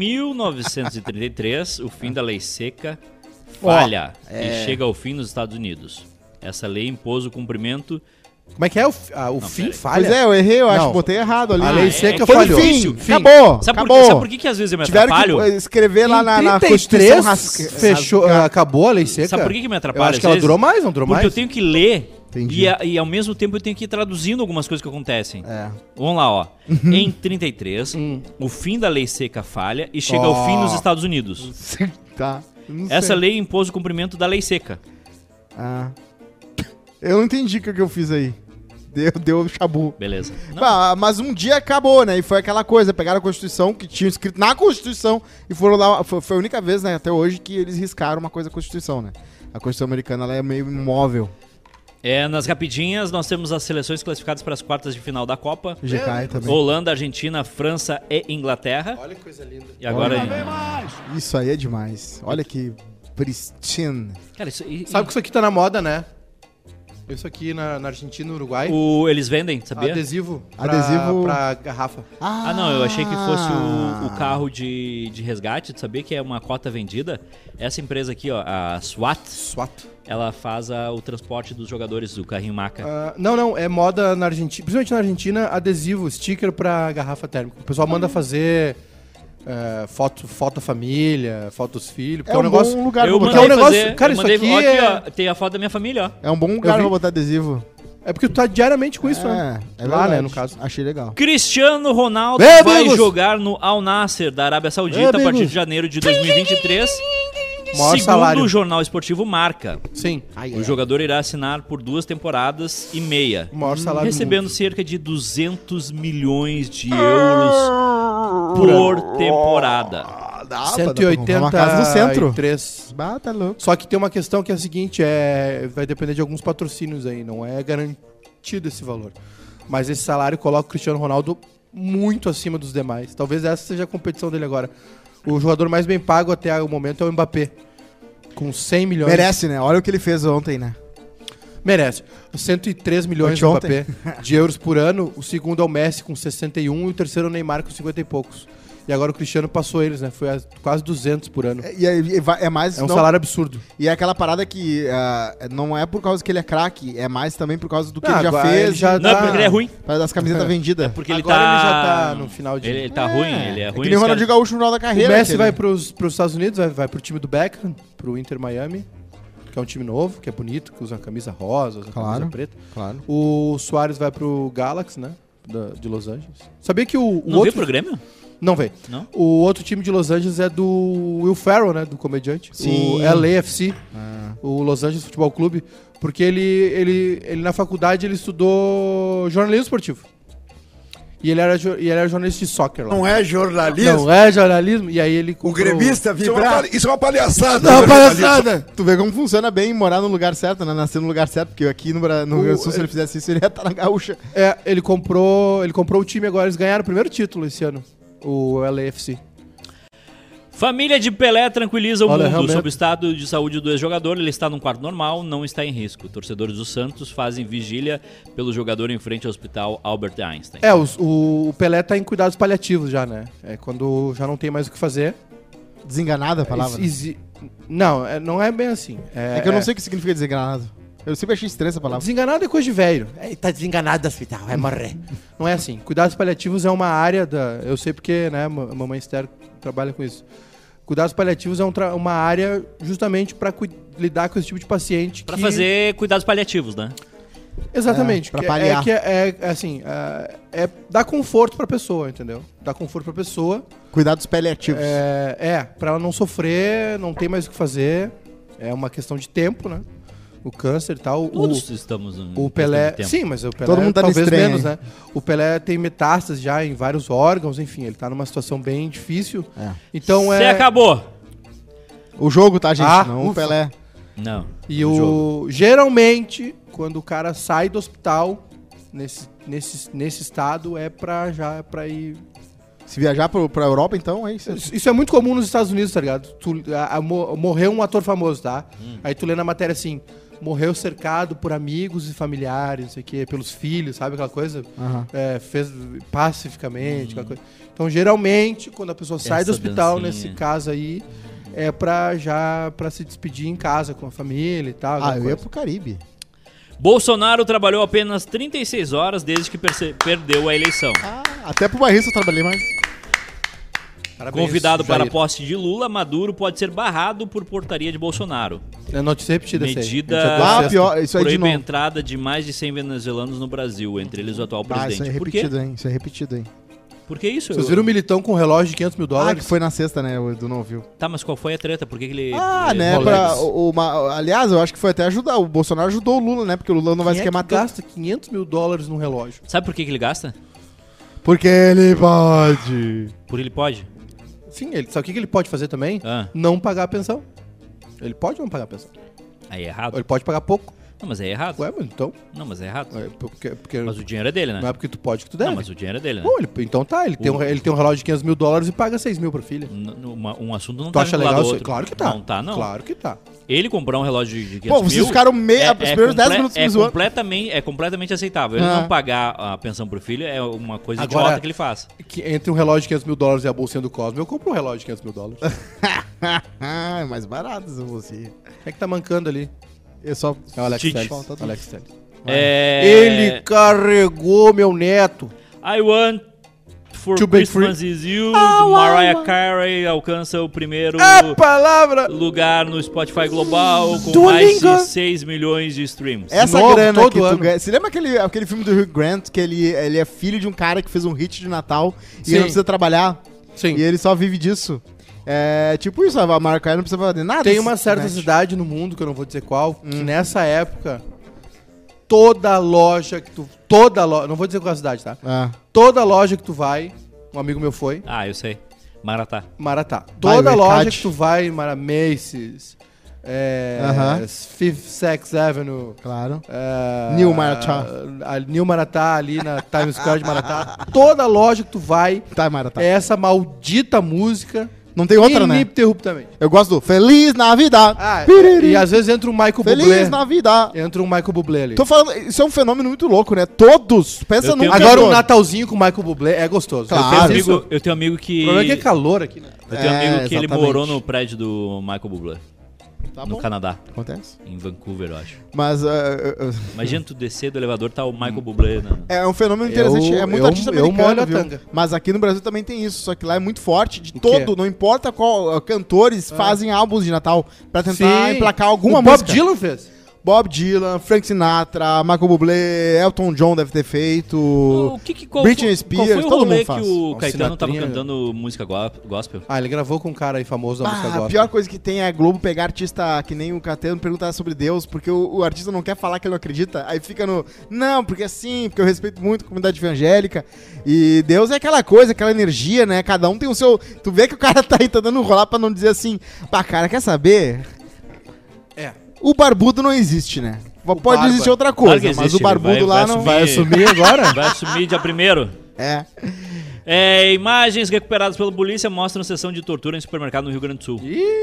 1933, o fim da lei seca falha e chega ao fim nos Estados Unidos. Essa lei impôs o cumprimento... Como é que é? O fim peraí. falha? Pois é, eu errei, eu acho. Não. Botei errado ali. A lei é seca que Foi falhou. no fim. Fim. Acabou. Sabe acabou. por que às vezes eu me Tiveram atrapalho? que escrever lá na Em Constituição 33 fechou, acabou a lei seca? Sabe por que me Eu atrapalha? acho que às ela vezes? durou mais, não durou Porque mais? eu tenho que ler Entendi. e ao mesmo tempo eu tenho que ir traduzindo algumas coisas que acontecem. É. Vamos lá, ó. Em 33, o fim da lei seca falha e chega ao fim nos Estados Unidos. Tá. Não Essa sei. lei impôs o cumprimento da lei seca. Ah. Eu não entendi o que eu fiz aí. Deu chabu. Beleza. Não, Ah, mas um dia acabou, né? E foi aquela coisa, pegaram a Constituição que tinha escrito na Constituição e foram lá. Foi a única vez, né, até hoje, que eles riscaram uma coisa da Constituição, né? A Constituição americana ela é meio imóvel. Nas rapidinhas, nós temos as seleções classificadas para as quartas de final da Copa. GK também. Holanda, Argentina, França e Inglaterra. Olha que coisa linda. E agora... Isso aí é demais. Olha que pristine. Cara, Sabe que isso aqui tá na moda, né? Isso aqui na Argentina, no Uruguai. Eles vendem, sabia? Adesivo. Adesivo pra garrafa. Ah, não, eu achei que fosse o carro de resgate. Tu sabia que é uma cota vendida? Essa empresa aqui, ó, a SWAT, ela faz o transporte dos jogadores do carrinho maca. Não, é moda na Argentina, principalmente na Argentina, adesivo, sticker pra garrafa térmica. O pessoal manda fazer foto da família, foto dos filhos. É um negócio, bom lugar eu pra mandei botar. fazer, Cara, eu mandei, isso aqui ó, é... aqui, ó, tem a foto da minha família, ó. É um bom lugar pra botar adesivo. É porque tu tá diariamente com isso, né? É Lá, verdade. né, no caso. Achei legal. Cristiano Ronaldo Ei, vai amigos! jogar no Al Nassr da Arábia Saudita a partir de janeiro de 2023. Maior Segundo salário. o jornal esportivo Marca, Sim. o jogador irá assinar por 2 temporadas e meia, O maior salário recebendo cerca de 200 milhões de euros por temporada. Dá, 180 uma casa no centro. 3. Bah, tá louco. Só que tem uma questão que é a seguinte, vai depender de alguns patrocínios aí, não é garantido esse valor. Mas esse salário coloca o Cristiano Ronaldo muito acima dos demais. Talvez essa seja a competição dele agora. O jogador mais bem pago até o momento é o Mbappé, com 100 milhões. Merece, né? Olha o que ele fez ontem, né? Merece. 103 milhões do Mbappé de euros por ano. O segundo é o Messi com 61 e o terceiro é o Neymar com 50 e poucos. E agora o Cristiano passou eles, né? Foi a quase 200 por ano. É mais... É um salário absurdo. E é aquela parada que não é por causa que ele é craque, é mais também por causa do que ele já fez. Não, é porque ele é ruim. Das camisetas vendidas. Porque ele Agora tá... ele já tá no final de... Ele tá ruim, ele é ruim. Que nem o Ronaldinho Gaúcho no final da carreira. O Messi aquele. vai pros Estados Unidos, vai pro time do Beckham, pro Inter Miami, que é um time novo, que é bonito, que usa uma camisa rosa, usa uma camisa preta. Claro. O Suárez vai pro Galaxy, né? De Los Angeles. Sabia que o Não outro... veio pro Grêmio? Não veio. Não? O outro time de Los Angeles é do Will Ferrell, né? Do comediante. Sim. O LAFC, o Los Angeles Futebol Clube. Porque ele na faculdade ele estudou jornalismo esportivo. E ele era jornalista de soccer lá. Não é jornalismo? Não é jornalismo. E aí ele O comprou... gremista vibrar. Isso é uma palhaçada. Não, palhaçada! Tu vê como funciona bem morar no lugar certo, né? Nascer no lugar certo, porque aqui no Rio Grande do Sul, se ele fizesse isso, ele ia estar na gaúcha. Ele comprou o time agora. Eles ganharam o primeiro título esse ano. O LAFC. Família de Pelé tranquiliza o Olha, mundo realmente. sobre o estado de saúde do ex-jogador. Ele está num quarto normal, não está em risco. Torcedores do Santos fazem vigília pelo jogador em frente ao hospital Albert Einstein. O Pelé tá em cuidados paliativos já, né? É quando já não tem mais o que fazer. Desenganada a palavra. Não, não é bem assim. É que eu não sei o que significa desenganado. Eu sempre achei estranha essa palavra. Desenganado é coisa de velho. Tá desenganado do hospital, vai morrer. Não é assim. Cuidados paliativos é uma área da... Eu sei porque, né, a mamãe Esther trabalha com isso. Cuidados paliativos é uma área justamente pra lidar com esse tipo de paciente. Pra fazer cuidados paliativos, né? Exatamente. Pra paliar. É dar conforto pra pessoa, entendeu? Dar conforto pra pessoa. Cuidados paliativos. Pra ela não sofrer, não tem mais o que fazer. É uma questão de tempo, né? O câncer e tal. Todos estamos O Pelé... tempo. Sim, mas o Pelé Todo mundo tá talvez nesse trem, menos, hein? né? O Pelé tem metástase já em vários órgãos, enfim, ele tá numa situação bem difícil. Então Você acabou. O jogo, tá, gente? Não ufa. o Pelé. Não. E geralmente, quando o cara sai do hospital, nesse estado, é pra ir... Se viajar pra Europa, então, é isso. Isso é muito comum nos Estados Unidos, tá ligado? Morreu um ator famoso, tá? Aí tu lê na matéria assim, morreu cercado por amigos e familiares, não sei o quê, pelos filhos, sabe aquela coisa? Fez pacificamente, aquela coisa. Então, geralmente, quando a pessoa sai do hospital, dancinha. nesse caso aí, é pra se despedir em casa com a família e tal. aquela Eu ia coisa. pro Caribe. Bolsonaro trabalhou apenas 36 horas desde que perdeu a eleição. Até pro Barrista eu trabalhei mais. Parabéns, Convidado para a Jair. posse de Lula, Maduro pode ser barrado por portaria de Bolsonaro. É notícia repetida essa aí. Medida Pior, isso aí de proíbe a novo. entrada de mais de 100 venezuelanos no Brasil, entre eles o atual Isso é presidente. Por quê? repetido, hein? Isso é repetido, hein? Por que isso? Vocês viram o Militão com um relógio de 500 mil Que dólares? foi na sexta, né? O Edu não viu. Tá, mas qual foi a treta? Por que ele... Né? Rolex. Aliás, eu acho que foi até ajudar. O Bolsonaro ajudou o Lula, né? Porque o Lula não vai se queimar que tanto. gasta 500 mil dólares num relógio? Sabe por que ele gasta? Porque ele pode. Por ele pode? Sim, sabe o que ele pode fazer também? Ah, Não pagar a pensão. Ele pode não pagar a pensão. aí é Ou errado. ele pode pagar pouco. Não, mas é errado. Ué, mas então... Não, mas é errado. Porque Mas o dinheiro é dele, né? não é porque tu pode que tu deve. Não, mas o dinheiro é dele, né? Bom, então tá, ele tem um relógio de 500 mil dólares e paga 6 mil pra filha. Um assunto não Tu tá acha vinculado legal ao isso? outro. Claro que tá. Não tá, não. Claro que tá. Ele comprar um relógio de 500 Pô, vocês mil... ficaram os primeiros 10 minutos me zoando. É completamente aceitável. Ele Ah. não pagar a pensão pro filho é uma coisa Agora- idiota que ele faz. Que entre um relógio de 500 mil dólares e a bolsinha do Cosmo, eu compro um relógio de 500 mil dólares. É mais barato essa bolsinha. Quem é que tá mancando ali? Eu só... É o Alex Tite. Telles. Falta tudo. Alex Telles. Ele carregou meu neto. I Want For To Be Christmas Is You, de Mariah Carey, alcança o primeiro A palavra! lugar no Spotify Global com Domingo. mais de 6 milhões de streams. Essa Novo, grana todo que tu ano. ganha... Você lembra aquele filme do Hugh Grant, que ele é filho de um cara que fez um hit de Natal e Sim. ele não precisa trabalhar? Sim. E ele só vive disso. É tipo isso, a Mariah Carey não precisa fazer nada. Tem uma certa simplesmente. cidade no mundo, que eu não vou dizer qual, que nessa época, toda loja que tu... não vou dizer qual é a cidade, tá? Ah. Toda loja que tu vai, um amigo meu foi, Ah, eu sei. Maratá. Maratá. Toda Vai, loja Mercado. que tu vai, Macy's, Aham. Fifth Sex Avenue, Claro. New Maratá. New Maratá, ali na Times Square de Maratá. Toda loja que tu vai, Tá, Mara, tá. é essa maldita música. Não tem outra, né? Ininterruptamente. Eu gosto do Feliz Navidad. Ah, Piriri. e às vezes entra um Michael Feliz Bublé. Navidad. Entra um Michael Bublé ali. Tô falando, isso é um fenômeno muito louco, né? Todos, pensa Eu num tenho- Agora cantor. um Natalzinho com o Michael Bublé é gostoso. Claro. Eu fiz isso. Eu tenho amigo O que... problema é que é calor aqui, né? Eu tenho um amigo que ele exatamente. morou no prédio do Michael Bublé, Tá no bom. Canadá, Acontece. em Vancouver, eu acho. Mas Imagina tu descer do elevador, tá o Michael Bublé, né? é um fenômeno interessante. É muito artista eu americano, molho a viu? tanga. Mas aqui no Brasil também tem isso. Só que lá é muito forte. De O todo, quê? não importa qual cantores fazem álbuns de Natal pra tentar Sim. emplacar alguma o Bob música. Dylan fez. Bob Dylan, Frank Sinatra, Michael Bublé, Elton John deve ter feito. Britney Spears, qual foi o todo rolê mundo faz. que o Nossa, Caetano tava Sinatrinha. cantando música gospel? Ah, ele gravou com um cara aí famoso da música Ah, a gospel. pior coisa que tem é a Globo pegar artista que nem o Caetano e perguntar sobre Deus, porque o artista não quer falar que ele não acredita, aí fica no... Não, porque assim, porque eu respeito muito a comunidade evangélica, e Deus é aquela coisa, aquela energia, né? Cada um tem o seu... Tu vê que o cara tá aí tentando rolar pra não dizer assim, pá, cara, quer saber? É. O barbudo não existe, né? Pode Barba. existir outra Claro coisa, que mas existe, o barbudo ele lá vai não... Vai assumir agora? Vai assumir dia 1º. É. Imagens recuperadas pela polícia mostram sessão de tortura em supermercado no Rio Grande do Sul.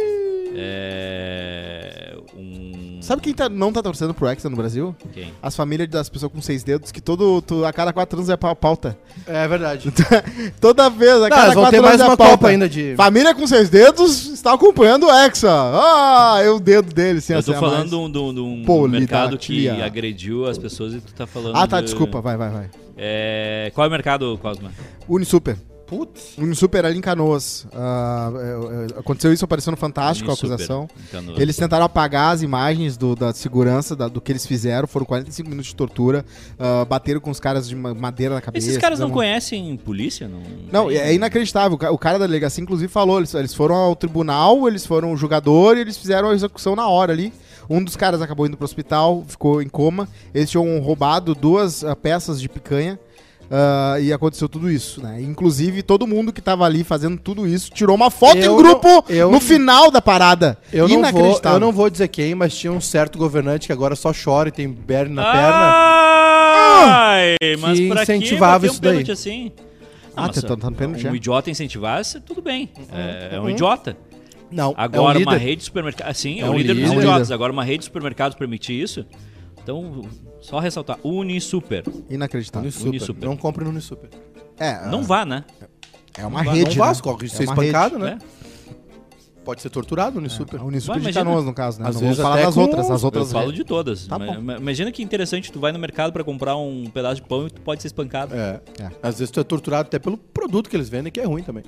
Sabe quem não tá torcendo pro Hexa no Brasil? Quem? As famílias das pessoas com 6 dedos, que a cada 4 anos é pauta. É verdade. Toda vez, a Não, cada eles vão 4 ter mais anos é uma pauta. Copa ainda de... Família com 6 dedos está acompanhando o Hexa. Ah, é o dedo dele, sem Eu tô acertar falando mais. de um Polidactilia. mercado que agrediu as pessoas e tu tá falando... Ah, tá, de- desculpa, vai. Qual é o mercado, Cosma? Unisuper. Putz. Unisuper ali em Canoas. Aconteceu isso, apareceu no Fantástico, a Unisuper, acusação. em Canoas. Eles tentaram apagar as imagens da segurança, do que eles fizeram. Foram 45 minutos de tortura. Bateram com os caras de madeira na cabeça. Esses caras não fizeram- conhecem polícia? Não, é inacreditável. O cara da delegacia, inclusive, falou. Eles foram ao tribunal, eles foram ao julgador e eles fizeram a execução na hora ali. Um dos caras acabou indo pro hospital, ficou em coma. Eles tinham roubado 2 peças de picanha. E aconteceu tudo isso, né? Inclusive, todo mundo que tava ali fazendo tudo isso tirou uma foto Eu em grupo não- eu- no final da parada. Eu Inacreditável. não vou dizer quem, mas tinha um certo governante que agora só chora e tem berne na Ah! perna. Ai, mas Que pra incentivava bater isso daí. pênalti assim? Ah, mas tá dando pênalti já? um idiota incentivar, tudo bem. É um idiota. Não, Agora é um uma líder. rede de supermercado... Sim, é É o um líder dos líder. idiotas. Agora uma rede de supermercados permitir isso? Então, só ressaltar. Unisuper. Inacreditável. Unisuper. Não compre no Unisuper. Não Não vá, né? é uma Não rede. vá, né? corre de É ser uma rede. espancado, né? É. Pode ser torturado no Unisuper. A Unisuper Vai, de imagina. Canoas, no caso, né? Às Não vamos vezes falar até das com- outras. As Eu outras falo de todas. Tá bom. Imagina que interessante, tu vai no mercado pra comprar um pedaço de pão e tu pode ser espancado. É. É. Às vezes tu é torturado até pelo produto que eles vendem, que é ruim também.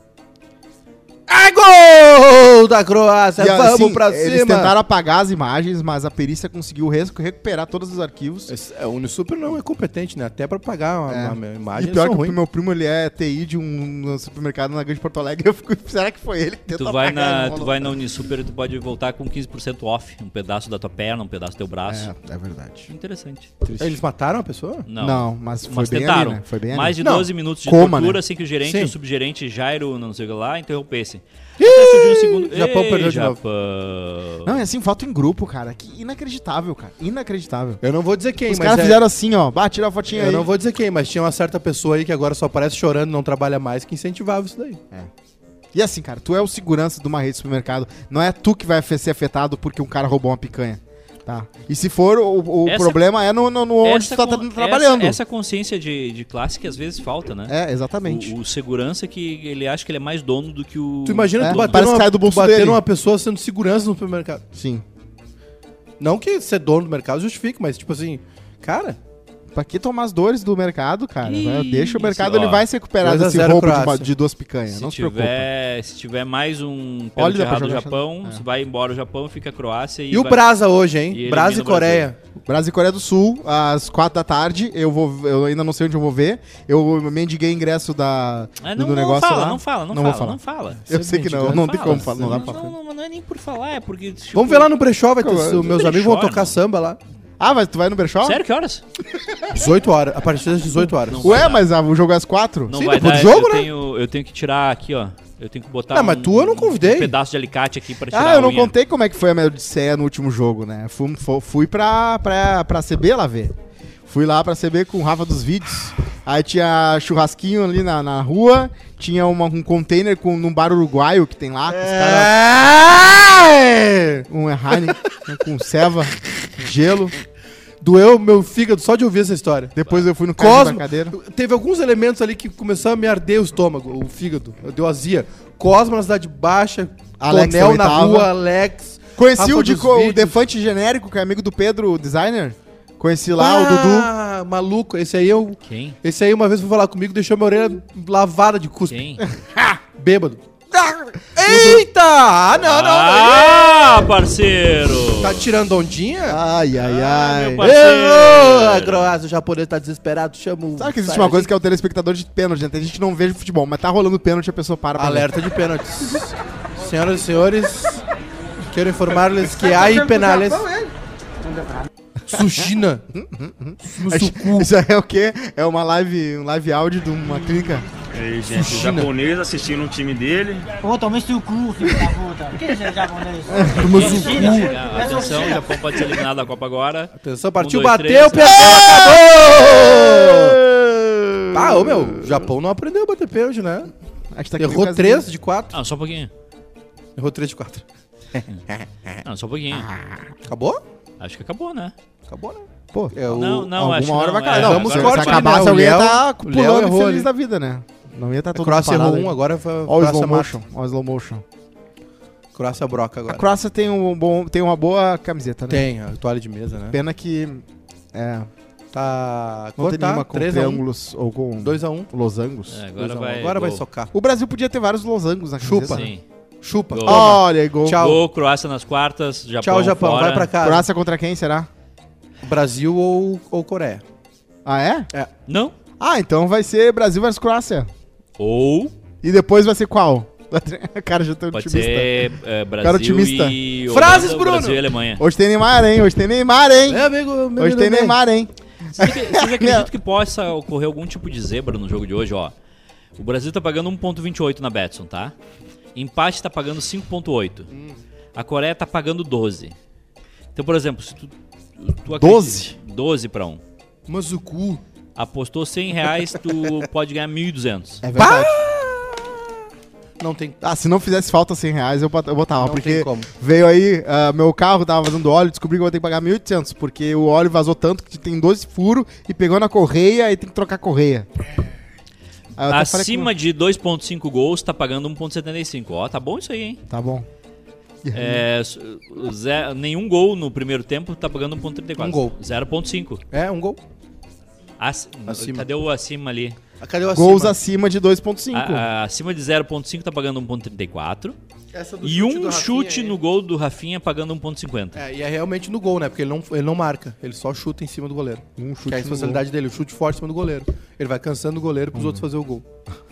É gol da Croácia! E, Vamos assim, pra eles cima! tentaram apagar as imagens, mas a perícia conseguiu recuperar todos os arquivos. O Unisuper não é competente, né? Até pra pagar uma E imagem, eles pior são que o ruins. meu primo, ele é TI de um supermercado na Grande Porto Alegre. Eu fico, será que foi ele que tentou Tu vai, apagar? Não tu rolou. vai na Unisuper e tu pode voltar com 15% off. Um pedaço da tua perna, um pedaço do teu braço. É verdade. Interessante. Eles mataram a pessoa? Não, mas foi Mas bem tentaram. ali, né? Foi bem Mais ali. de Não, 12 minutos de coma, tortura né? sem que o gerente Sim. e o subgerente Jairo, não sei o que lá, interrompessem. Até surgiu um segundo Japão perdeu de novo. Japão. Não, é assim, voto em grupo, cara. Que inacreditável, cara. Inacreditável. Eu não vou dizer quem, Os mas caras fizeram assim, ó. Bah, tira a fotinha eu aí. não vou dizer quem, mas tinha uma certa pessoa aí que agora só aparece chorando, não trabalha mais, que incentivava isso daí. E assim, cara, tu é o segurança de uma rede de supermercado. Não é tu que vai ser afetado porque um cara roubou uma picanha. Tá? E se for, o problema é no onde tu tá trabalhando. Essa consciência de classe que às vezes falta, né? É, exatamente. O segurança que ele acha que ele é mais dono do que o... Tu imagina tu parece que sai do bolso dele. numa pessoa sendo segurança no supermercado. Sim. Não que ser dono do mercado justifique, mas tipo assim, cara... Pra que tomar as dores do mercado, cara? Isso, Deixa o mercado, ó. ele vai se recuperar 2 a desse 0 roubo Croácia. de 2 picanhas. Não se preocupa. Se tiver mais um Olha, pênalti dá pra errado do jogar Japão, chance. se vai embora o Japão, fica a Croácia E o vai- Brasa hoje, hein? E Brasa e elimina o Coreia. Brasil e Coreia do Sul, às 4 da tarde. Eu ainda não sei onde eu vou ver. Eu mendiguei ingresso do negócio lá. Não fala. Não fala. Eu sei que não tem como falar. Não dá pra falar. Não é nem por falar, é porque... tipo, Vamos ver lá no brechó, vai ter, Como? meus No amigos vão brechó, tocar irmão. samba lá. Ah, mas tu vai no brechó? Sério, que horas? 18 horas, a partir das 18 horas. Não. Ué, vai mas o jogo é às 4? Não Sim, vai depois dar, do jogo, eu né? eu tenho que tirar aqui, ó. Eu tenho que botar Não, mas tu eu não convidei. um pedaço de alicate aqui pra tirar Ah, eu não a unha. contei como é que foi a minha odisseia no último jogo, né? Fui pra CB lá ver. Fui lá pra CB com o Rafa dos Vídeos. Aí tinha churrasquinho ali na rua, tinha um container num bar uruguaio que tem lá, que os caras... Um Heineken com ceva, gelo. Doeu meu fígado só de ouvir essa história. Depois eu fui no carro Cosmo, da cadeira. teve alguns elementos ali que começaram a me arder o estômago, o fígado. Deu azia. Cosmo na Cidade Baixa, Alex Tonel na também tava. rua, Alex. Conheci Rafa o dos Vídeos. Defante genérico, que é amigo do Pedro, o designer. Conheci lá o Dudu. Ah, maluco. Esse aí Quem? uma vez foi falar comigo, deixou minha orelha lavada de cuspe. Quem? Bêbado. Eita! Ah, não. Ah, parceiro! Tá tirando ondinha? Ai, ai, ai. meu parceiro. Errou! A Croácia, o japonês tá desesperado, chama o... Sabe que existe uma coisa que é o telespectador de pênalti, né? Tem gente que não vê futebol, mas tá rolando pênalti, a pessoa para pra ver. Alerta de pênaltis. Senhoras e senhores, quero informar-lhes que há penales. Sushina. No sucu. Isso aí é o quê? É um live áudio de uma clínica. Ei, gente, o Sushina. japonês assistindo um time dele. Ô, toma esse cu, filho da puta. O que é esse japonês? Toma sucu. Atenção, o Japão pode ser eliminado da Copa agora. Atenção, partiu, 1, 2, bateu, 3. perdeu, acabou! Ah, ô meu, o Japão não aprendeu a bater pênalti, né? Acho que tá aqui Errou no 3 de 4. Ah, só um pouquinho. Errou 3 de 4. Não, só um pouquinho. Acabou? Acho que acabou, né? acabou, né? Pô, É o... Não, acho que alguma hora não, vai cair. é, Não, vamos se corte ali, acabasse, né? alguém ia O Léo- tá o Léo pulando errou feliz ali. da vida, né? Não ia estar A todo Croácia mundo errou parado. 1, agora foi Ó o Croácia slow mata. motion, ó o slow motion. Croácia broca A agora. Croácia tem uma boa camiseta, né? Tem, a toalha de mesa, né? Pena que Tá... não tem nenhuma com 3-1. triângulos ou com 2-1. losangos. É, 2-1. agora vai vai gol. socar. O Brasil podia ter vários losangos na Chupa. camiseta. Sim. Chupa. Gol. Toma. Olha aí, gol. Tchau. Gol, Croácia nas quartas, Japão Tchau, Japão. fora. Vai pra casa. Croácia contra quem, será? Brasil ou Coreia. Ah, é? Não. Ah, então vai ser Brasil versus Croácia. Ou E depois vai ser qual? Cara, já tô pode otimista. ser Cara Brasil otimista. e... Frases, Holanda, Bruno! Brasil e Alemanha. Hoje tem Neymar, hein? Hoje tem Neymar, hein? amigo. Hoje tem Neymar, hein? Vocês acreditam que possa ocorrer algum tipo de zebra no jogo de hoje? Ó, o Brasil tá pagando 1,28 na Betson, tá? Empate tá pagando 5,8. A Coreia tá pagando 12. Então, por exemplo, se tu 12? 12 pra 1. Mas o cu. Apostou R$100, tu pode ganhar 1.200. É verdade. Não tem... Ah, se não fizesse falta R$100, eu botava. Não porque tem como. veio aí, meu carro tava vazando óleo, descobri que eu vou ter que pagar 1.800, porque o óleo vazou tanto que tem 12 furos e pegou na correia e tem que trocar a correia. Aí eu até falei Acima de 2,5 gols, tá pagando 1,75. Ó, tá bom isso aí, hein? Tá bom. Nenhum gol no primeiro tempo, tá pagando 1,34. Um gol. 0,5. É, um gol. Acima. Cadê o acima ali? Cadê o Gols acima? acima de 2.5. Acima de 0,5 tá pagando 1,34. Essa do E chute um do chute Rafinha no gol do Rafinha pagando 1,50. É, e é realmente no gol, né? Porque ele não marca. Ele só chuta em cima do goleiro. Um chute Que é a no especialidade dele, o chute forte em cima do goleiro. Ele vai cansando o goleiro pros outros fazer o gol.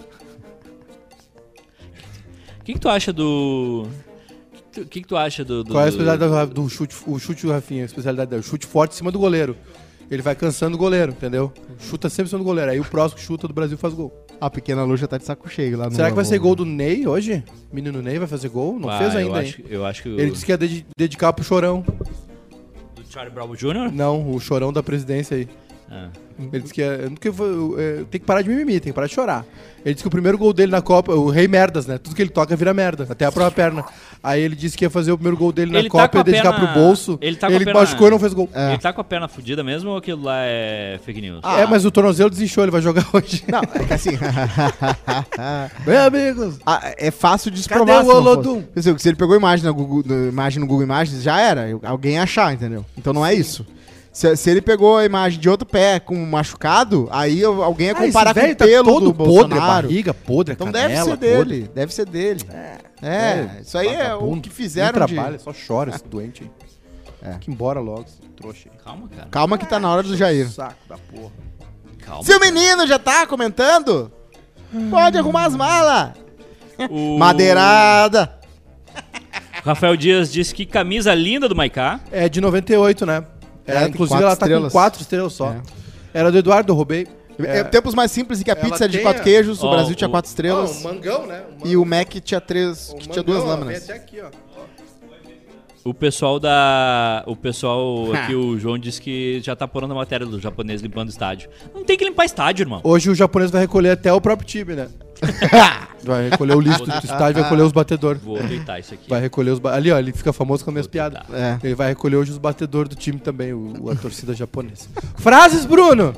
O que tu acha do... O que tu acha do... Qual é a especialidade do chute? O chute do Rafinha, a especialidade dele. O chute forte em cima do goleiro. Ele vai cansando o goleiro, entendeu? Chuta sempre em cima do goleiro. Aí o próximo que chuta do Brasil faz gol. A pequena Lu já tá de saco cheio lá no... Será que vai ser gol do Ney hoje? Menino Ney vai fazer gol? Não fez ainda, hein? Eu acho que Ele disse que ia dedicar pro Chorão. do Charlie Brown Jr.? Não, o Chorão da presidência aí. Ah. Ele disse que tem que parar de mimimi, tem que parar de chorar. Ele disse que o primeiro gol dele na Copa, o Rei Merdas, né? Tudo que ele toca vira merda, até a própria perna. Aí ele disse que ia fazer o primeiro gol dele Ele na tá Copa com e a dedicar perna- pro bolso. ele tá com a perna- machucou e não fez gol. Ele tá com a perna fudida mesmo ou aquilo lá é fake news? É, mas o tornozelo desinchou, ele vai jogar hoje. Não, é que assim... Bem, amigos. é fácil de Cadê desprovar. o Olodum? Se ele pegou imagem no Google Imagens, já era. Alguém ia achar, entendeu? Então não é isso. Se ele pegou a imagem de outro pé com um machucado, aí alguém ia comparar com o tá pelo todo do podre, Bolsonaro. barriga podre, Então canela, deve ser podre. dele. Deve ser dele. Isso aí é o Vagabundo. que fizeram Nem de... trabalha, só chora esse doente aí. É. Que embora logo, esse trouxa aí. Calma, cara. Calma que tá na hora do Jair. Saco da porra. Calma. Se o menino já tá comentando, pode arrumar as malas. O Madeirada. Rafael Dias disse que camisa linda do Maiká. É de 98, né? É, Inclusive quatro ela tá estrelas. com 4 estrelas só. É. Era do Eduardo, eu roubei. Tempos mais simples em que a Ela pizza é de tem 4 a- queijos, o Ó, Brasil tinha o- 4 estrelas. mangão, né? E o Mac tinha 3, que tinha 2 lâminas. Vem até aqui, ó. O pessoal aqui, o João disse que já tá pondo a matéria do japonês limpando o estádio. Não tem que limpar estádio, irmão. Hoje o japonês vai recolher até o próprio time, né? Vai recolher o lixo do estádio, vai recolher os batedores. Vou deitar isso aqui. Vai recolher os... Ali, ó, ele fica famoso com as minhas piadas. É. Ele vai recolher hoje os batedores do time também, a torcida japonesa. Frases, Bruno!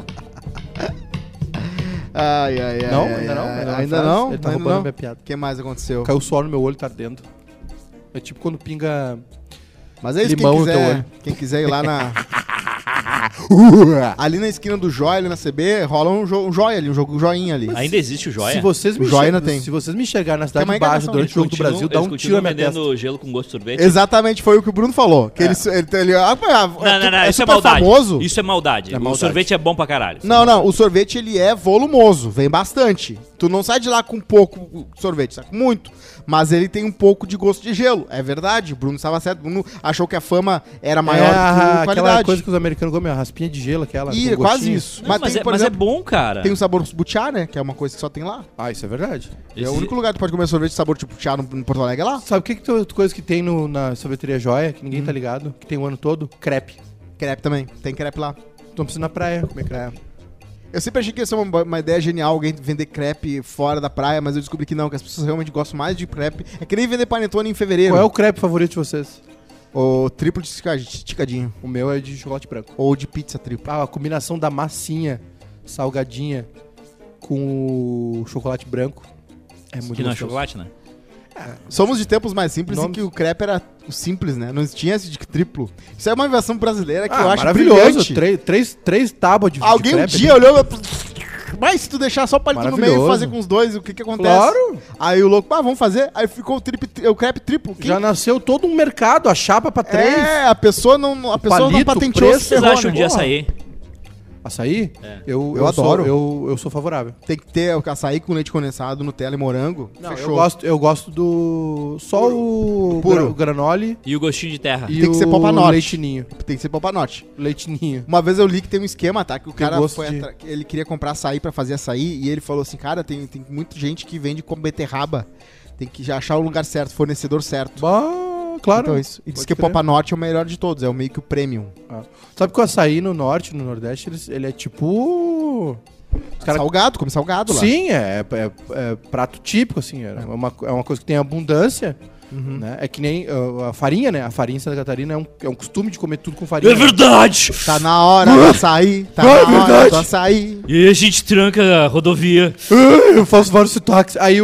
Ai. Não, ainda não? Ainda frase? não? Ele tá ainda roubando não. minha piada. O que mais aconteceu? Caiu suor no meu olho, tá ardendo. É tipo quando pinga... Mas é isso, Limão no teu quem olho. quiser ir lá na... ali na esquina do Joia, ali na CB, rola um joia ali, um joinha ali. Ainda existe o Joia? Se vocês me O Joia enxergar- ainda tem. Se vocês me enxergarem na cidade Tem uma de baixo enganação, durante o jogo do Brasil, dá um tiro na minha testa. vendendo gelo com gosto de sorvete? Exatamente, foi o que o Bruno falou. Que ele Não, isso é super maldade. famoso. Isso é maldade. É O maldade. sorvete é bom pra caralho. Não, o sorvete ele é volumoso, vem bastante. Tu não sai de lá com pouco sorvete, sai com muito. Mas ele tem um pouco de gosto de gelo, é verdade. O Bruno estava certo. O Bruno achou que a fama era maior do que a aquela qualidade. coisa que os americanos comem, a raspinha de gelo, aquela. E com é quase gostinho. isso. Não, mas, tem, por é exemplo, bom, cara. tem o sabor butiá, né? Que é uma coisa que só tem lá. Ah, isso é verdade. É o único lugar que tu pode comer sorvete de sabor tipo butiá no Porto Alegre é lá. Sabe o que coisa que tem na sorveteria Joia, que ninguém tá ligado, que tem o ano todo? Crepe. Crepe também. Tem crepe lá. Então precisa ir na praia comer crepe. Eu sempre achei que ia ser uma ideia genial alguém vender crepe fora da praia, mas eu descobri que não, que as pessoas realmente gostam mais de crepe. É que nem vender panetone em fevereiro. Qual é o crepe favorito de vocês? O triplo de esticadinho. O meu é de chocolate branco. Ou de pizza triplo. Ah, a combinação da massinha salgadinha com o chocolate branco é muito Que não é gostoso. chocolate, né? Somos de tempos mais simples em Nomes. que o crepe era o simples, né? Não tinha esse de triplo. Isso é uma invenção brasileira que Ah, eu acho maravilhoso. brilhante. Três tábuas de Alguém um crepe. dia olhou... Mas se tu deixar só o palito no meio e Maravilhoso. fazer com os dois, o que acontece? Claro. Aí o louco, vamos fazer. Aí ficou o crepe triplo. Já nasceu todo um mercado, a chapa pra 3. É, a pessoa não palito, patenteou, preço, se Vocês ferrou, acham né? de açaí? Açaí? É. Eu adoro. Eu sou favorável. Tem que ter o açaí com leite condensado, Nutella e morango. Não, Fechou. eu gosto do... Só o Puro. o granole E o gostinho de terra? e Tem que ser o Popanote. leitinho. Tem que ser papanote. Leitinho. Uma vez eu li que tem um esquema, tá? Que o cara gosto foi de- ele queria comprar açaí pra fazer açaí e ele falou assim, cara, tem muita gente que vende com beterraba. Tem que já achar o lugar certo, fornecedor certo. Bah, claro. Então, isso. E diz Pode que o crer. Popanote é o melhor de todos, é o meio que o premium. Sabe que o açaí no norte, no nordeste, ele é tipo... Os cara- Salgado, come salgado lá. Sim, é prato típico, assim. É uma coisa que tem abundância. Uhum. Né? É que nem a farinha, né? A farinha em Santa Catarina é um costume de comer tudo com farinha. É verdade! Tá na hora do açaí, tá É na hora verdade. do açaí. E aí a gente tranca a rodovia. Eu faço vários sotaques. Aí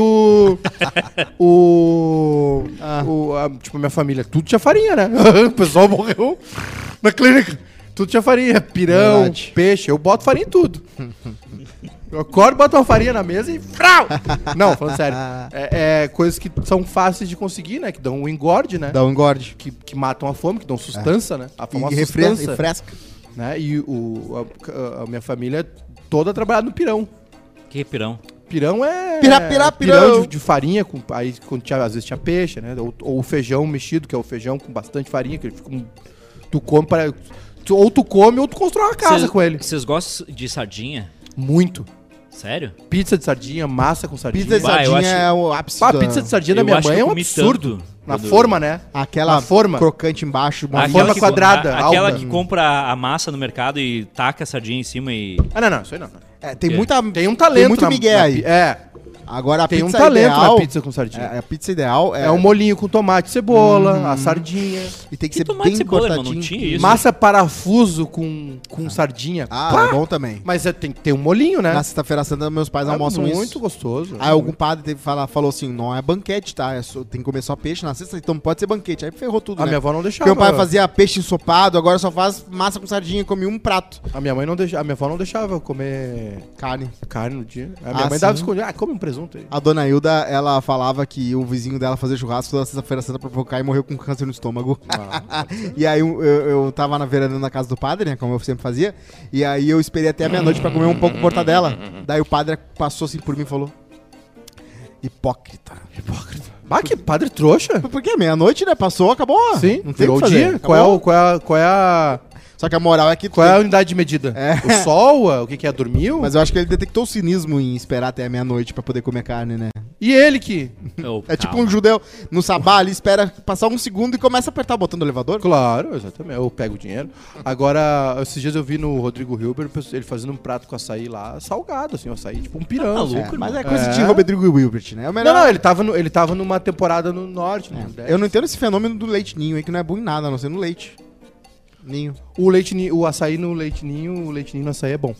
tipo, a minha família, tudo tinha farinha, né? O pessoal morreu na clínica. Tudo tinha farinha. Pirão, Verdade. peixe. Eu boto farinha em tudo. Eu acordo, boto uma farinha na mesa e... Frau! Não, falando sério. É coisas que são fáceis de conseguir, né? Que dão um engorde, né? Dá um engorde. Que matam a fome, que dão sustância, né? A famosa E refresca. sustância. Refresca. Né? E a minha família toda trabalhada no pirão. Que pirão. Pirão é... Pirão. pirão de farinha, aí quando às vezes tinha peixe, né? Ou o feijão mexido, que é o feijão com bastante farinha, que ele fica tu come para... Ou tu come ou tu constrói uma casa com ele. Vocês gostam de sardinha? Muito. Sério? Pizza de sardinha, massa com sardinha. Pizza de Bah, eu sardinha acho- é o ápice Pá, da- pizza de sardinha da Eu minha acho mãe que é eu um comi absurdo. tanto Na quando- forma, né? Aquela Na forma. crocante embaixo. uma Aquela forma que- quadrada, Aquela alta. que compra a massa no mercado e taca a sardinha em cima e... Ah, não, isso aí não. É, tem muita... Tem um talento Tem muito na- migué na aí. pi- É, Agora a tem um pizza talento ideal... na pizza com sardinha. A pizza ideal É um molhinho com tomate, cebola, a sardinha. E tem que Que ser tomate bem e cebola, irmão? cortadinho. Não tinha isso. Massa parafuso com sardinha. Ah, Pá! é bom também. Mas tem que ter um molhinho, né? Na sexta-feira santa, meus pais É almoçam muito isso. gostoso. Aí algum padre falou assim, não é banquete, tá? Tem que comer só peixe na sexta, então pode ser banquete. Aí ferrou tudo, A né? minha avó não Porque deixava. meu pai fazia peixe ensopado, agora só faz massa com sardinha, come um prato. A minha mãe não deixava. A minha avó não deixava eu comer Carne. carne no dia. A minha Ah, mãe dava sim. escondido. Ah, come um presunto aí. A dona Hilda, ela falava que o vizinho dela fazia churrasco toda sexta-feira santa pra provocar e morreu com câncer no estômago. E aí eu tava na veranda na casa do padre, né? Como eu sempre fazia. E aí eu esperei até a meia-noite pra comer um pouco de mortadela. Daí o padre passou assim por mim e falou: hipócrita. Ah, que padre trouxa. Por quê? Meia-noite, né? Passou, acabou. Sim, não tem virou o que o fazer. dia. Qual é, Acabou. qual Só que a moral é que... é a unidade de medida? É. O sol? O que é? Dormiu? Mas eu acho que ele detectou o cinismo em esperar até a meia-noite pra poder comer carne, né? E ele que? É tipo um judeu no sabá ali, espera passar um segundo e começa a apertar o botão do elevador. Claro, exatamente. Eu pego o dinheiro. Agora, esses dias eu vi no Rodrigo Hilbert ele fazendo um prato com açaí lá, salgado, assim, o açaí, tipo um pirão. maluco, assim. Mas irmão. é coisa É. de Rodrigo Wilbert, né? É o melhor. Não, ele tava numa temporada no norte. no Nordeste. Eu não entendo esse fenômeno do leite ninho aí, que não é bom em nada, a não ser no leite. Ninho. O açaí no leite ninho no açaí é bom.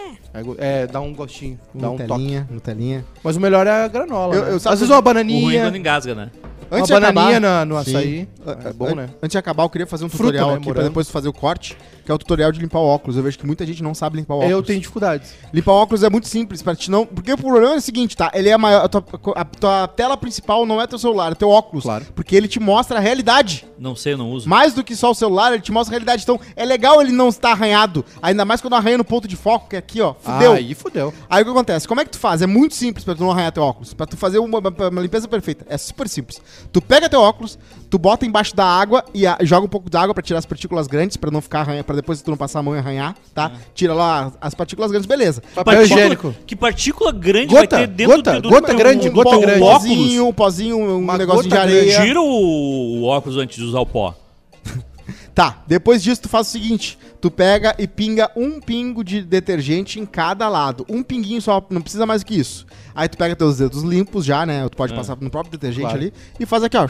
Dá um gostinho, dá um toque. Nutelinha. Mas o melhor é a granola. Eu- né? eu- sabe- Às vezes uma O ruim é bananinha. quando engasga, né? Uma Antes de bananinha acabar- no Sim. açaí. É bom, né? Antes de acabar, eu queria fazer um Fruta, tutorial né, aqui pra morango. depois fazer o corte, que é o tutorial de limpar o óculos. Eu vejo que muita gente não sabe limpar o óculos. Eu tenho dificuldades. Limpar o óculos é muito simples pra ti não... Porque o problema é o seguinte, tá? Ele é maior... A tua tela principal não é teu celular, é teu óculos. Claro. Porque ele te mostra a realidade. Não sei, eu não uso. Mais do que só o celular, ele te mostra a realidade. Então, é legal ele não estar arranhado. Ainda mais quando arranha no ponto de foco, que é aqui, ó. Fudeu. Aí fudeu. Aí o que acontece? Como é que tu faz? É muito simples pra tu não arranhar teu óculos. Pra tu fazer uma limpeza perfeita. É super simples. Tu pega teu óculos, tu bota embaixo da água e joga um pouco de água pra tirar as partículas grandes, pra não ficar arranhando, pra depois tu não passar a mão e arranhar, tá? Tira lá as partículas grandes, beleza. Papel higiênico. Que partícula grande Gota, vai ter dentro gota, do gota grande, gota pó- grande. Um pozinho, um Uma negocinho de gota areia. Tira o óculos antes de usar o pó. Tá, depois disso tu faz o seguinte, tu pega e pinga um pingo de detergente em cada lado. Um pinguinho só, não precisa mais do que isso. Aí tu pega teus dedos limpos já, né? Tu pode passar no próprio detergente Claro. ali e faz aqui, ó,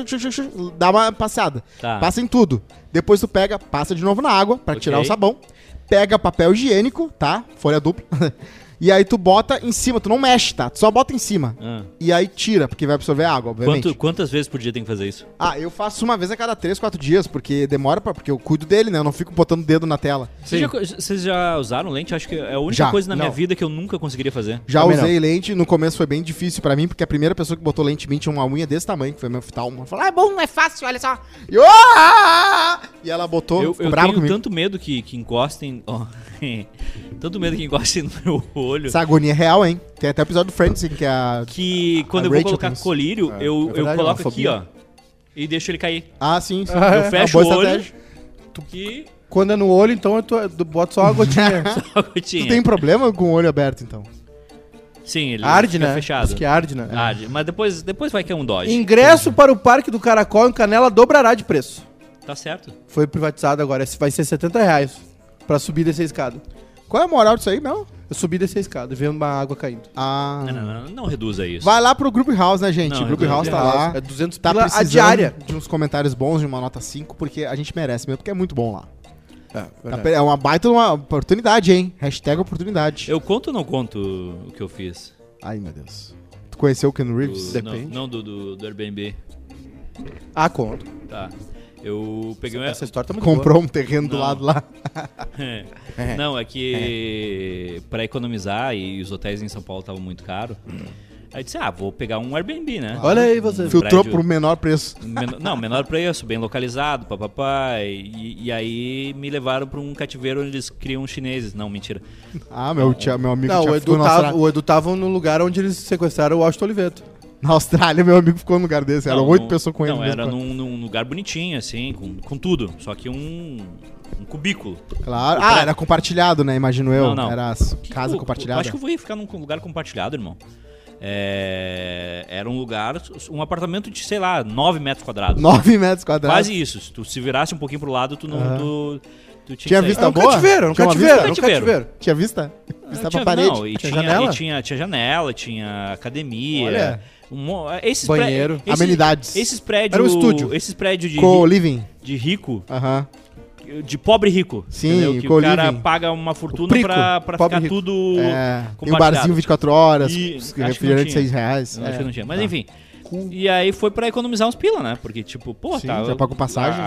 dá uma passeada. Tá. Passa em tudo. Depois tu pega, passa de novo na água pra Ok. tirar o sabão. Pega papel higiênico, tá? Folha dupla. E aí tu bota em cima, tu não mexe, tá? Tu só bota em cima. Ah. E aí tira, porque vai absorver água, obviamente. Quantas vezes por dia tem que fazer isso? Ah, eu faço uma vez a cada 3, 4 dias, porque demora porque eu cuido dele, né? Eu não fico botando o dedo na tela. Vocês já usaram lente? Acho que é a única Já. coisa na minha Não. vida que eu nunca conseguiria fazer. Já Também usei lente, no começo foi bem difícil pra mim, porque a primeira pessoa que botou lente em mim tinha uma unha desse tamanho, que foi meu oftalmo. Falou, ah, é bom, é fácil, olha só. E, eu, "Ah!" E ela botou, Eu ficou brava tenho comigo. tanto medo que encostem. ó, tanto medo que encostem no meu olho. Essa agonia é real, hein? Tem até o episódio do Friends, assim, que é a... Que quando A eu vou Rachel colocar tem isso. colírio, É, eu é verdade, coloco é uma aqui, ó. fobia. E deixo ele cair. Ah, sim, sim. Eu fecho Uma o boa olho estratégia. e. Quando é no olho, então eu boto só uma gotinha. Só a gotinha. Tu tem problema com o olho aberto, então? Sim, ele Arde, fica né? fechado. Diz que arde, né? Arde. Mas depois vai que é um dodge. Ingresso para o Parque do Caracol em Canela dobrará de preço. Tá certo. Foi privatizado agora. Esse vai ser R$70 pra subir e descer a escada. Qual é a moral disso aí, meu? Eu subi e desci a escada, vendo uma água caindo. Ah... Não reduza isso. Vai lá pro Group House, né, gente? Não, o Group eu tô House tá vendo. lá. É 200 Tá pila a precisando diária. de uns comentários bons, de uma nota 5, porque a gente merece mesmo, porque é muito bom lá. É, É uma baita uma oportunidade, hein? Hashtag oportunidade. Eu conto ou não conto o que eu fiz? Ai, meu Deus. Tu conheceu o Ken Reeves? Depende. Não do Airbnb. Ah, conto. Tá. Eu peguei uma... Essa história tá muito Comprou um terreno do Não. lado lá. Não, é que pra economizar e os hotéis em São Paulo estavam muito caros. Aí eu disse, vou pegar um Airbnb, né? boa. Olha aí você. Filtrou prédio- por menor preço. Menor preço, bem localizado, papapá. E aí me levaram pra um cativeiro onde eles criam chineses. Não, mentira. Ah, meu amigo Não, tinha o Edu, tava no lugar onde eles sequestraram o Washington Oliveto. Na Austrália, meu amigo ficou num lugar desse. Eram 8 pessoas com ele. Não, mesmo, era cara. num lugar bonitinho, assim, com tudo. Só que um cubículo. Claro. O Ah, prédio- era compartilhado, né? Imagino eu. Não. Era casa Eu compartilhada. acho que eu vou ir ficar num lugar compartilhado, irmão. Era um lugar, um apartamento de, sei lá, 9 metros quadrados. 9 metros quadrados. Quase isso. Se tu se virasse um pouquinho pro lado, tu não... Tu tinha Tinha que visto sair. É um boa? cativeiro, Tinha uma Cativeiro. Tinha vista? Vista Tinha- pra parede. Não, e Tinha tinha janela? Tinha janela, tinha academia. Olha. Esses Banheiro. Amenidades. Esses prédios... Era um estúdio. Esses prédios Co-living. de rico... Aham. De pobre rico. Sim, entendeu? Que o co-living. cara paga uma fortuna Prico, pra pobre ficar rico. tudo É, tem um compartilhado. barzinho 24 horas, E- acho que refrigerante não tinha. R$6. Acho que não tinha. Mas Tá. enfim. E aí foi pra economizar uns pila, né? Porque, tipo, pô, Sim, tá. já pagou passagem,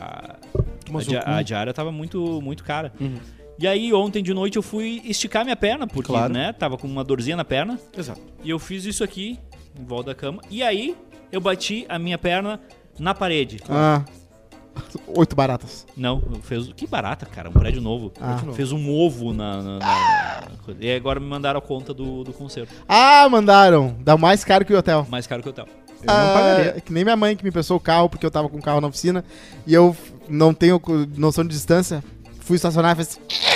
A diária tava muito cara. Uhum. E aí, ontem de noite eu fui esticar minha perna, porque, Claro. né, tava com uma dorzinha na perna. Exato. E eu fiz isso aqui, em volta da cama. E aí, eu bati a minha perna na parede. Ah, 8 baratas. Não, fez. Que barata, cara, um prédio novo. Ah. Fez um ovo na coisa. E aí agora me mandaram a conta do concerto. Ah, mandaram. Dá mais caro que o hotel. Mais caro que o hotel. Eu não pagaria. Que nem minha mãe que me prestou o carro, porque eu tava com o carro na oficina. E eu não tenho noção de distância. Fui estacionar e fiz...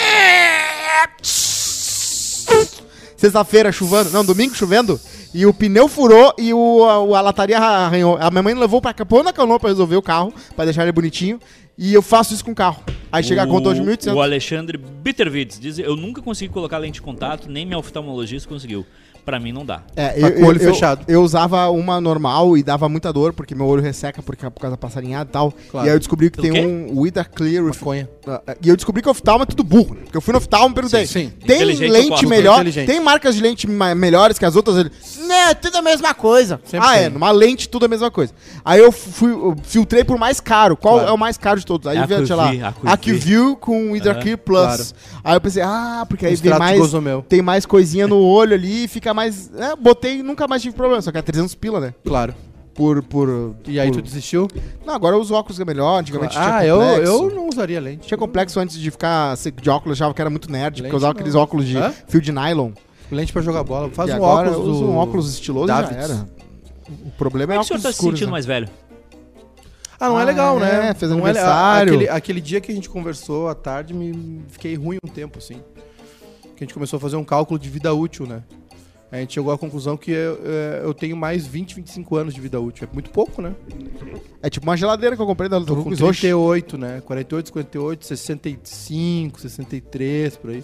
Sexta-feira chovendo, não, domingo chovendo, e o pneu furou e a lataria arranhou. A minha mãe levou pra pôr na canoa pra resolver o carro, pra deixar ele bonitinho, e eu faço isso com o carro. Aí chega a conta hoje de O 1.800. Alexandre Bitterwitz diz: eu nunca consegui colocar lente de contato, nem meu oftalmologista conseguiu. Pra mim não dá. É, Tá com o olho fechado. Eu usava uma normal e dava muita dor, porque meu olho resseca por causa da passarinhada e tal. Claro. E aí eu descobri que Pelo tem quê? um Wither Clear. Maconha. E eu descobri que o oftalmo é tudo burro. Né? Porque eu fui no oftalmo e perguntei: Sim, sim. tem Inteligente lente oposto, melhor? inteligente. Tem marcas de lente melhores que as outras? Ele, né, tudo a mesma coisa. Sempre Ah, tem. é, numa lente tudo a mesma coisa. Aí eu filtrei por mais caro. Qual Claro. é o mais caro de todos? Aí eu vi, sei lá, Acuvue. AccuView com Wither Aham. Clear Plus. Aí eu pensei, porque aí vem Extrato de mais... Gozomel. Tem mais coisinha no olho ali e fica mais... botei e nunca mais tive problema. Só que é 300 pila, né? Claro. E E aí tu desistiu? Não, agora eu uso óculos que é melhor. Antigamente Ah, tinha complexo. eu não usaria lente. Tinha complexo antes de ficar de óculos, eu achava que era muito nerd, porque Lente eu usava não. aqueles óculos de Hã? fio de nylon. Lente pra jogar bola. Faz E um agora óculos eu uso do um óculos estiloso e já Davids. era. O problema Como é é que o senhor óculos tá se escuros, sentindo né? mais velho? Ah, não é legal, né? fez Não aniversário. Aquele dia que a gente conversou à tarde, fiquei ruim um tempo, assim. Que a gente começou a fazer um cálculo de vida útil, né? A gente chegou à conclusão que eu tenho mais 20, 25 anos de vida útil. É muito pouco, né? É tipo uma geladeira que eu comprei da Tô com Lucas Roxo. 38, né? 48, 58, 65, 63, por aí.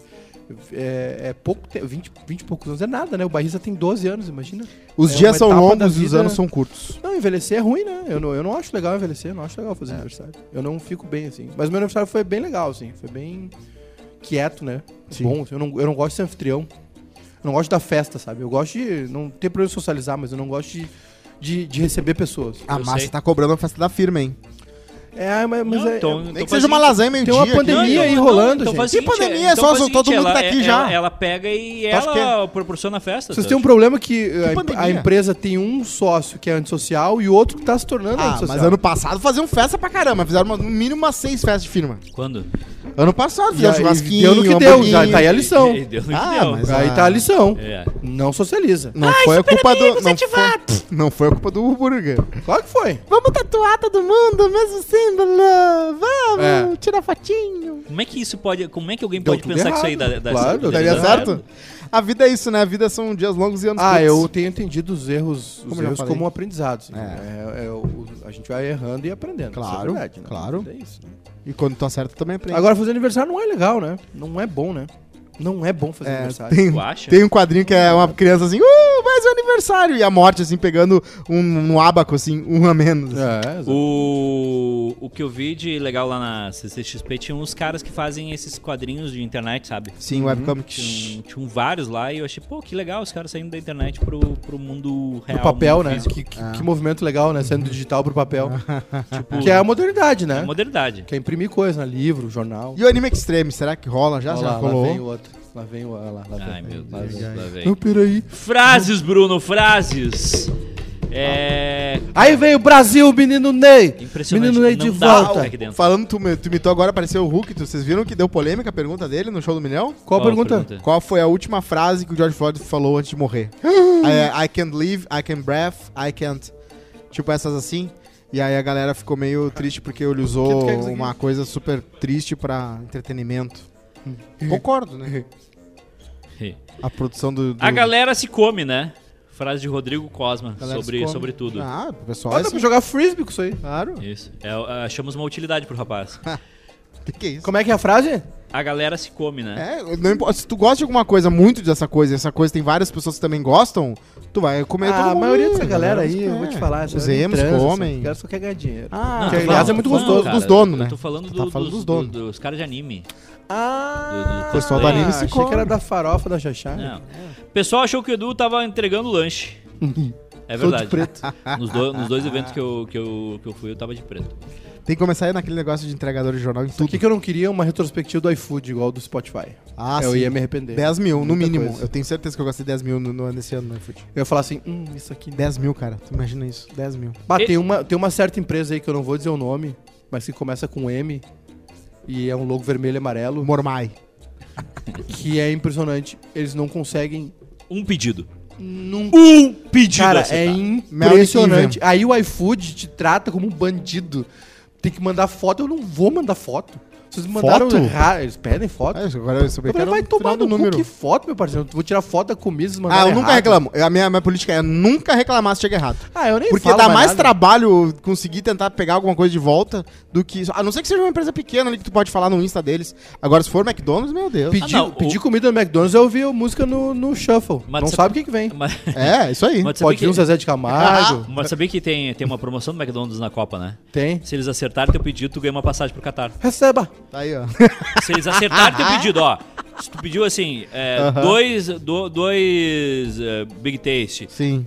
É pouco tempo, 20 e poucos anos é nada, né? O Barrista tem 12 anos, imagina. Os É dias uma são etapa da longos e os vida- anos são curtos. Não, envelhecer é ruim, né? Eu não acho legal envelhecer, não acho legal fazer aniversário. Eu não fico bem, assim. Mas meu aniversário foi bem legal, assim. Foi bem quieto, né? Sim. Bom, assim, eu não gosto de ser anfitrião. Eu não gosto da festa, sabe? Eu gosto de não ter problema de socializar, mas eu não gosto de receber pessoas. A Eu massa sei. tá cobrando a festa da firma, hein? Mas Não, é, então- Nem então que faz seja uma o seguinte- lasanha meio-dia. Tem uma aqui. pandemia aí rolando, gente. faz o Que seguinte, pandemia? É então só faz o todo seguinte, mundo tá aqui já. Ela pega e Tu acha ela proporciona a festa. Vocês tu têm um acha? problema que pandemia? a empresa tem um sócio que é antissocial e o outro que tá se tornando antissocial. Mas ano passado faziam festa pra caramba. Fizeram no mínimo umas 6 festas de firma. Quando? Ano passado E fizeram aí, churrasquinho, deu no que deu, já tá aí a hamburguinho. lição. E deu no que Ah, deu. mas- Aí tá a lição. É. Não socializa. Não foi a culpa do... Não foi a culpa do hambúrguer. Claro que foi. Vamos tatuar todo mundo, mesmo símbolo. Vamos, É. tira fotinho. Como é que isso pode. Como é que alguém Deu pode tudo pensar que isso aí errado. dá Claro, Daria dá certo? A vida é isso, né? A vida são dias longos e anos curtos. Eu tenho entendido os erros Como eu já falei. como um aprendizado. Assim. É. A gente vai errando e aprendendo. Claro, isso é verdade, né? claro. É isso, né? E quando tu acerta, também aprende. Agora, fazer aniversário não é legal, né? Não é bom, né? Não é bom fazer aniversário. tem, Tu acha? tem um quadrinho que é uma criança assim, mais um aniversário. E a morte, assim, pegando um abaco, assim, um a menos. Exato. O que eu vi de legal lá na CCXP tinha uns caras que fazem esses quadrinhos de internet, sabe? Sim, webcomic. Tinham vários lá e eu achei, pô, que legal os caras saindo da internet pro mundo real. Pro papel, mundo né? físico. Que movimento legal, né? Saindo do digital pro papel. Que é a modernidade, né? É modernidade. Que é imprimir coisa, né? Livro, jornal. E o Anime Extreme, será que rola? Já Olha lá, rolou? Lá vem o outro. Lá vem o... Lá vem. Ai, meu Lá Deus, vem. lá vem. Não, peraí. Frases, Bruno, frases. Aí veio o Brasil, menino Ney. Impressionante. Menino Ney de Não dá volta. aqui dentro. Falando, tu imitou agora, apareceu o Hulk. Vocês viram que deu polêmica a pergunta dele no Show do Milhão? Qual a pergunta? Qual foi a última frase que o George Floyd falou antes de morrer? I can't live, I can't breathe, I can't... Tipo essas assim. E aí a galera ficou meio triste porque ele usou uma coisa super triste pra entretenimento. Concordo, né? A produção do... A galera se come, né? Frase de Rodrigo Cosma Galera se come. sobre tudo. Ah, o pessoal Olha, dá pra jogar frisbee com isso aí. Claro. Isso. Achamos uma utilidade pro rapaz. Que é isso? Como é que é a frase? A galera se come, né? Não importa, se tu gosta de alguma coisa muito dessa coisa, e essa coisa tem várias pessoas que também gostam, tu vai comer todo A mundo. maioria dessa galera aí, eu vou te falar. Os emos comem. Os caras só querem ganhar dinheiro. Ah, Que, tô aliás, é muito gostoso. dos donos, né? Eu tô falando, Tá falando dos donos. dos caras de anime. O pessoal do anime se achei come. que era da farofa da Xaxá. Não. O pessoal achou que o Edu tava entregando lanche. É Todo verdade. de preto. Nos dois eventos que eu fui, eu tava de preto. Tem que começar a ir naquele negócio de entregador de jornal em O tudo. que eu não queria é uma retrospectiva do iFood, igual do Spotify. Eu ia me arrepender. 10 mil, no Muita mínimo. coisa. Eu tenho certeza que eu gastei 10 mil nesse ano no iFood. Eu ia falar assim, isso aqui... 10 mil, cara. Tu imagina isso. 10 mil. Bah, tem uma certa empresa aí que eu não vou dizer o nome, mas que começa com M e é um logo vermelho e amarelo, Mormai. que é impressionante. Eles não conseguem Um pedido. nunca... Um pedido Cara, aceitar. é impressionante. Aí o iFood te trata como um bandido. Tem que mandar foto. Eu não vou mandar foto. Vocês me mandaram Foto? errado. Eles pedem foto. Agora eu soube Eu que falei, era vai no tomar final do no cu, número. que foto, meu parceiro. Eu vou tirar foto da comida, vocês mandaram Eu nunca errado. reclamo. A minha política é nunca reclamar se chega errado. Eu nem Porque falo dá mais nada. trabalho conseguir tentar pegar alguma coisa de volta do que... A não ser que seja uma empresa pequena ali que tu pode falar no Insta deles. Agora, se for McDonald's, meu Deus. Pedir comida no McDonald's, eu ouvi a música no Shuffle. Mas não você- sabe o que vem. Mas, Isso aí. mas Pode vir um sabia Zezé de Camargo. mas sabia que tem uma promoção do McDonald's na Copa, né? Tem. Se eles acertarem teu pedido, tu ganha uma passagem pro Catar. Receba. Tá aí, ó. Se eles acertarem teu pedido, ó. Se tu pediu assim, dois Big Taste, Sim.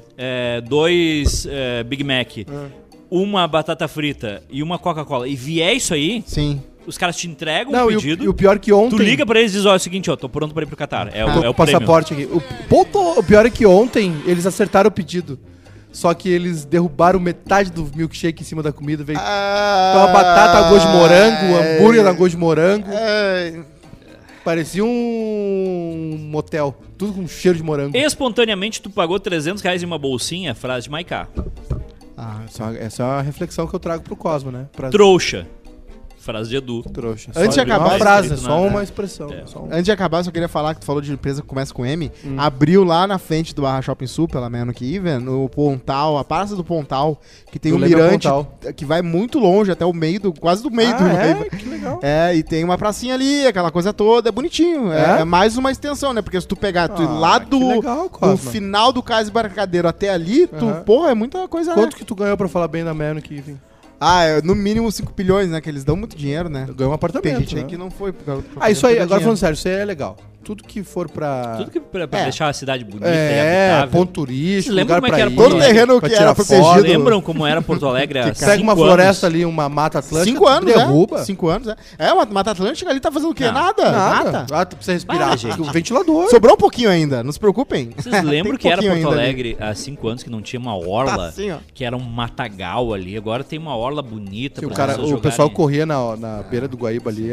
2 Big Mac, uma batata frita e uma Coca-Cola, e vier isso aí, Sim. os caras te entregam Não, o e pedido, o pior que ontem... tu liga pra eles e diz, ó, é o seguinte, ó, tô pronto pra ir pro Catar. É Tô o com o prêmio. passaporte aqui. O pior é que ontem eles acertaram o pedido. Só que eles derrubaram metade do milkshake em cima da comida. Veio uma batata a gosto de morango, hambúrguer a gosto de morango. Parecia um motel. Tudo com cheiro de morango. Espontaneamente, tu pagou R$300 em uma bolsinha, frase de Maiká. Essa é uma reflexão que eu trago pro Cosmo, né? Pra Trouxa, frase de Edu. trouxa. Antes de Só acabar, uma frase, é escrito só na- uma expressão. É. Só um- Antes de acabar, eu só queria falar que tu falou de empresa que começa com M. Abriu lá na frente do Barra Shopping Sul, pela Mano que Even, no Pontal, a praça do Pontal, que tem Eu um lembro mirante Pontal. que vai muito longe, até o meio do. Quase do meio do. Que legal. E tem uma pracinha ali, aquela coisa toda, é bonitinho. É mais uma extensão, né? Porque se tu pegar tu ir lá que do legal, Cosma. final do Cais Embarcadeiro até ali, tu, porra, é muita coisa, Quanto né? que tu ganhou pra falar bem da Mano que enfim? No mínimo 5 bilhões, né? Que eles dão muito dinheiro, né? Ganhou um apartamento. Tem gente aí né? que não foi. Isso aí, ganhou agora dinheiro. falando sério, isso aí é legal. Tudo que for pra. Tudo que pra deixar a cidade bonita e É, habitável. ponto turístico, Vocês lembram lugar como é que pra era ir. Porto Todo terreno pra que tirar era foto. protegido. Lembram como era Porto Alegre há Pega uma 5 floresta anos? ali, uma mata atlântica, 5 anos, derruba. né? 5 anos, né? Uma Mata Atlântica ali tá fazendo o quê? Não, Nada. Nada. Tu precisa respirar. Para, gente. O ventilador. Sobrou um pouquinho ainda, não se preocupem. Vocês lembram Tem que era pouquinho Porto ainda ali. Alegre há 5 anos que não tinha uma orla, Assim, ó. que era um matagal ali. Agora tem uma orla bonita Que para o, cara, pessoas o pessoal jogarem. corria na beira do Guaíba ali,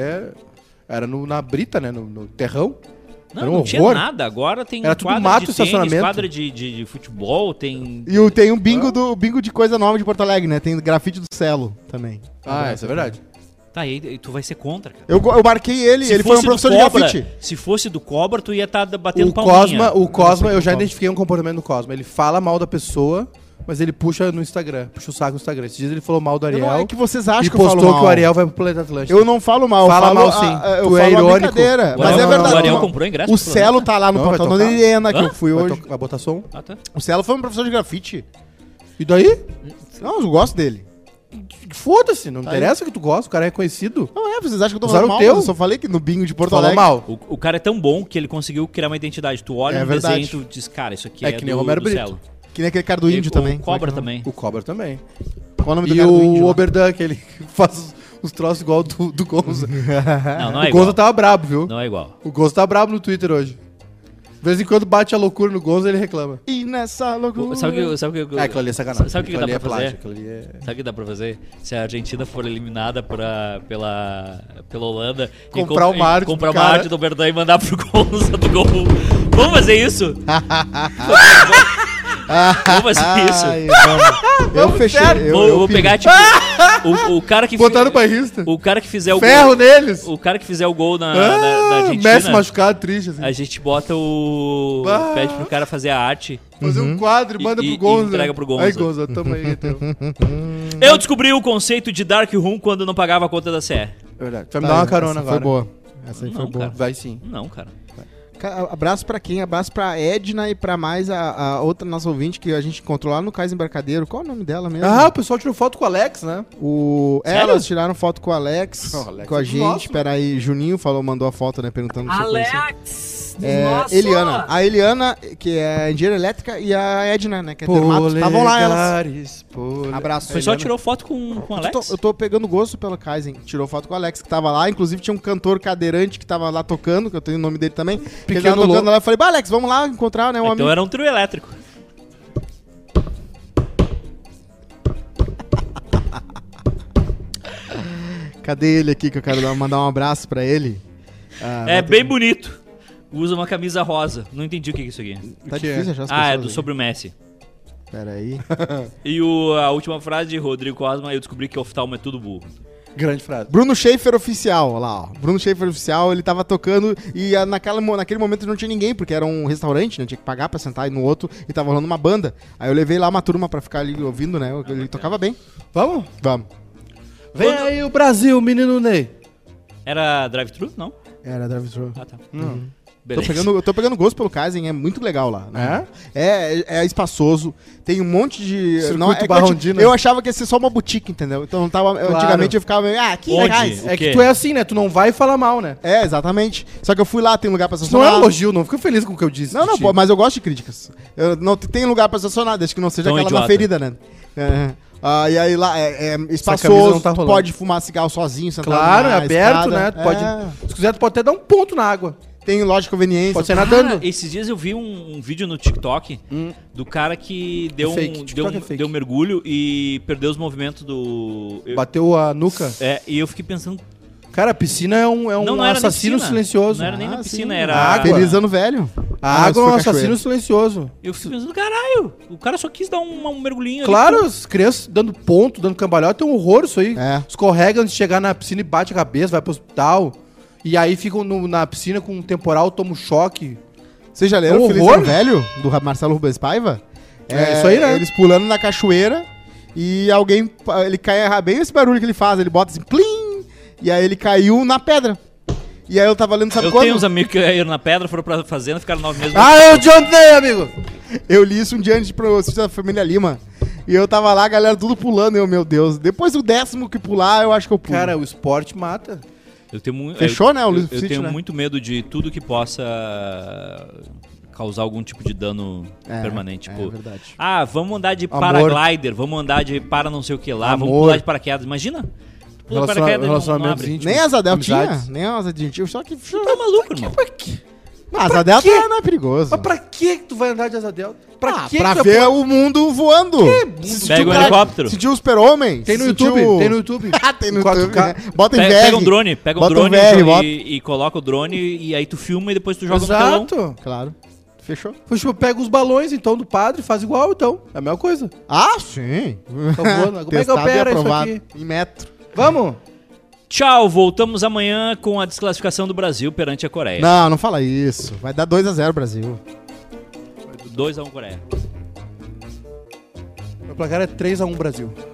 era na brita, né? No terrão. Não, era um não tinha horror. nada. Agora tem Era tudo quadra mato, de tênis, estacionamento. quadra de futebol, tem... E tem um bingo de coisa nova de Porto Alegre, né? Tem grafite do Celo também. Isso é verdade. Tá, e tu vai ser contra, cara. Eu marquei ele, Se ele foi um fosse do professor de Cobra- grafite. Se fosse do Cobra, tu ia estar batendo O palminha. Cosma, eu já Cosma. identifiquei um comportamento do Cosma. Ele fala mal da pessoa, mas ele puxa no Instagram. Puxa o saco no Instagram. Esses dias ele falou mal do Eu Ariel. não, é que vocês acham e que eu falo postou mal. que o Ariel vai pro Planeta Atlântico. Eu não falo mal, Fala eu falo, mal, sim. eu Tu é falo a irônico. brincadeira. O Mas Ariel- é verdade. o Ariel não. comprou ingresso O pro Celo tá lá no Não, vai portal da tocar. Helena, que Hã? eu fui Vai, hoje. vai botar som. Ah, tá. O Celo foi um professor de grafite. E daí? Não, eu gosto dele. Foda-se, não interessa que tu gosta, o cara é reconhecido. Não vocês acham que eu tô Usaram falando mal? o teu? Eu só falei que no bingo de Porto Falou Alegre. mal. O cara é tão bom que ele conseguiu criar uma identidade. Tu olha É no verdade. desenho e tu diz, cara, isso aqui É é, que nem do, o Romero do Brito. Celo. Que nem aquele cara do E índio o também. Cobra também. O Cobra também. Qual o nome do E cara do índio? o lá? Oberdan, ele faz os troços igual do Gonza. Não, não é O igual. Gonza tava brabo, viu? Não é igual. O Gonza tá brabo no Twitter hoje. De vez em quando bate a loucura no Gonzo e ele reclama. E nessa loucura... Sabe o que É, aquilo ali é sacanagem. Sabe o que dá Aquilo ali pra é fazer? plágio, aquilo ali é... Sabe o que dá pra fazer? Se a Argentina for eliminada pela Holanda Comprar uma arte comprar do uma cara. arte do Berdan e mandar pro Gonza do gol. Vamos fazer isso? Vamos fazer isso? Ai, vamos. Eu fechei. Vou pegar, tipo, o cara que Botar no bairrista. o cara que fizer o Ferro gol, neles. o cara que fizer o gol na Argentina, Messi machucado, triste, assim. a gente bota o Bah. pede pro cara fazer a arte. Fazer um quadro e manda E- pro e Gonzo. entrega pro Gonzo. Aí, Gonzo, tamo aí. Teu. Eu descobri o conceito de Dark Room quando não pagava a conta da CE. É verdade. Vai me dar uma carona essa agora. Foi boa. Essa aí Não, foi boa. cara. Vai sim. Não, cara. Abraço pra quem? Abraço pra Edna e pra mais a outra nossa ouvinte que a gente encontrou lá no Cais Embarcadeiro. Qual é o nome dela mesmo? Ah, o pessoal tirou foto com o Alex, né? Sério? Elas tiraram foto com o Alex, O Alex com a é gente. nosso. Peraí, Juninho mandou a foto, né? Perguntando se eu conhecia. Alex! Eliana. A Eliana, que é engenheira elétrica, e a Edna, né? Que é dermato. Estavam lá elas. Abraço. O pessoal tirou foto com o Alex? Eu tô pegando gosto pelo Kaizen. Tirou foto com o Alex, que tava lá. Inclusive tinha um cantor cadeirante que tava lá tocando, que eu tenho o nome dele também. Que ele tava Pequeno tocando Lô. lá. Eu falei, bah, Alex, vamos lá encontrar, né? Um Então amigo. era um trio elétrico. Cadê ele aqui que eu quero mandar um abraço pra ele? Ah, É bem bonito. Usa uma camisa rosa. Não entendi o que é isso aqui. Tá O que difícil é? achar as Ah, é pessoas do aí. sobre o Messi. Peraí. E a última frase de Rodrigo Cosma, eu descobri que oftalmo é tudo burro. Grande frase. Bruno Schaefer Oficial, lá, ó. Bruno Schaefer Oficial, ele tava tocando e naquele momento não tinha ninguém, porque era um restaurante, né? Tinha que pagar pra sentar aí no outro e tava rolando uma banda. Aí eu levei lá uma turma pra ficar ali ouvindo, né? Ele tocava bem. Vamos? Vamos. Vem aí o Brasil, menino Ney. Era drive-thru? Não? Era drive-thru. Ah, tá. Não. Beleza. Eu tô pegando gosto pelo Kaizen, é muito legal lá. Né? É espaçoso, tem um monte de... Circuito que Barrondina. eu achava que ia ser só uma boutique, entendeu? Então não tava, antigamente eu ficava meio, aqui Onde? Kaizen. O É quê? que tu é assim, né? Tu não vai falar mal, né? É, exatamente. Só que eu fui lá, tem lugar pra Isso não é estacionar. elogio, não fica feliz com o que eu disse. Não, de ti. pô, mas eu gosto de críticas. Eu não tem lugar pra estacionar, desde que não seja Tão aquela na idiota. ferida, né? E aí lá é camisa espaçoso, não tá tu rolando. pode fumar cigarro sozinho, sentado Claro, é na aberto, escada. né? Tu pode, É. se quiser, tu pode até dar um ponto na água. Tem loja de conveniência. Pode ser Cara, nadando. esses dias eu vi um vídeo no TikTok do cara que deu, É fake. deu, TikTok é fake. deu um mergulho e perdeu os movimentos do... Bateu a nuca. E eu fiquei pensando... Cara, a piscina é um não era nem assassino piscina. silencioso. Não era nem na sim. piscina, era... Água. Feliz ano velho. A água é um isso foi assassino cachoeira. silencioso. Eu fiquei pensando, caralho, o cara só quis dar um mergulhinho Claro, as crianças dando ponto, dando cambalhota, é um horror isso aí. É. Escorrega antes de chegar na piscina e bate a cabeça, vai pro hospital. E aí ficam na piscina com um temporal, toma um choque. Vocês já leram É um o Feliz horror. ano velho? Do Marcelo Rubens Paiva? É isso aí, né? Eles pulando na cachoeira e ele cai bem esse barulho que ele faz. Ele bota assim, plim! E aí ele caiu na pedra. E aí eu tava lendo, sabe Eu quando? tenho uns amigos que caíram na pedra, foram pra fazenda, ficaram 9 meses... Ah, é o John Day, amigo! Eu li isso um dia antes pro sítio da família Lima. E eu tava lá, a galera tudo pulando. Meu Deus. Depois do 10º que pular, eu acho que eu pulo. Cara, o esporte mata. Eu tenho muito... Fechou, né, o Luiz Eu City, tenho né? muito medo de tudo que possa causar algum tipo de dano permanente. É Tipo, verdade. vamos andar de Amor. paraglider, vamos andar de para não sei o que lá, vamos Amor. pular de paraquedas. Imagina? Tu pula de paraquedas e não Relacionamentos abre. íntimos. Nem asa Del tinha. amizades. Nem asa de tinha. Só que... Tá maluco, irmão? Pra quê? Ah, asa Delta quê? não é perigoso. Mas pra que tu vai andar de asa delta? Pra que pra tu vai ver pôr- o mundo voando. Sentiu Pega um cara- helicóptero. Sentiu o super-homem. Tem no sentiu- YouTube, tem no YouTube. Ah, tem no 4K. YouTube. Né? Bota em VR. Pega um drone, Bota um drone VR, e, bota. e coloca o drone e aí tu filma e depois tu joga no telão. Exato. Claro. Fechou? Foi, tipo, pega os balões, então, do padre, faz igual, então. É a mesma coisa. Ah, sim. Tá voando. Como é que Testado e opera isso aprovado. aqui? Em metro. Vamos? Tchau, voltamos amanhã com a desclassificação do Brasil perante a Coreia. Não não isso. Vai dar 2-0 Brasil. 2-1 Coreia. Meu placar é 3-1 Brasil.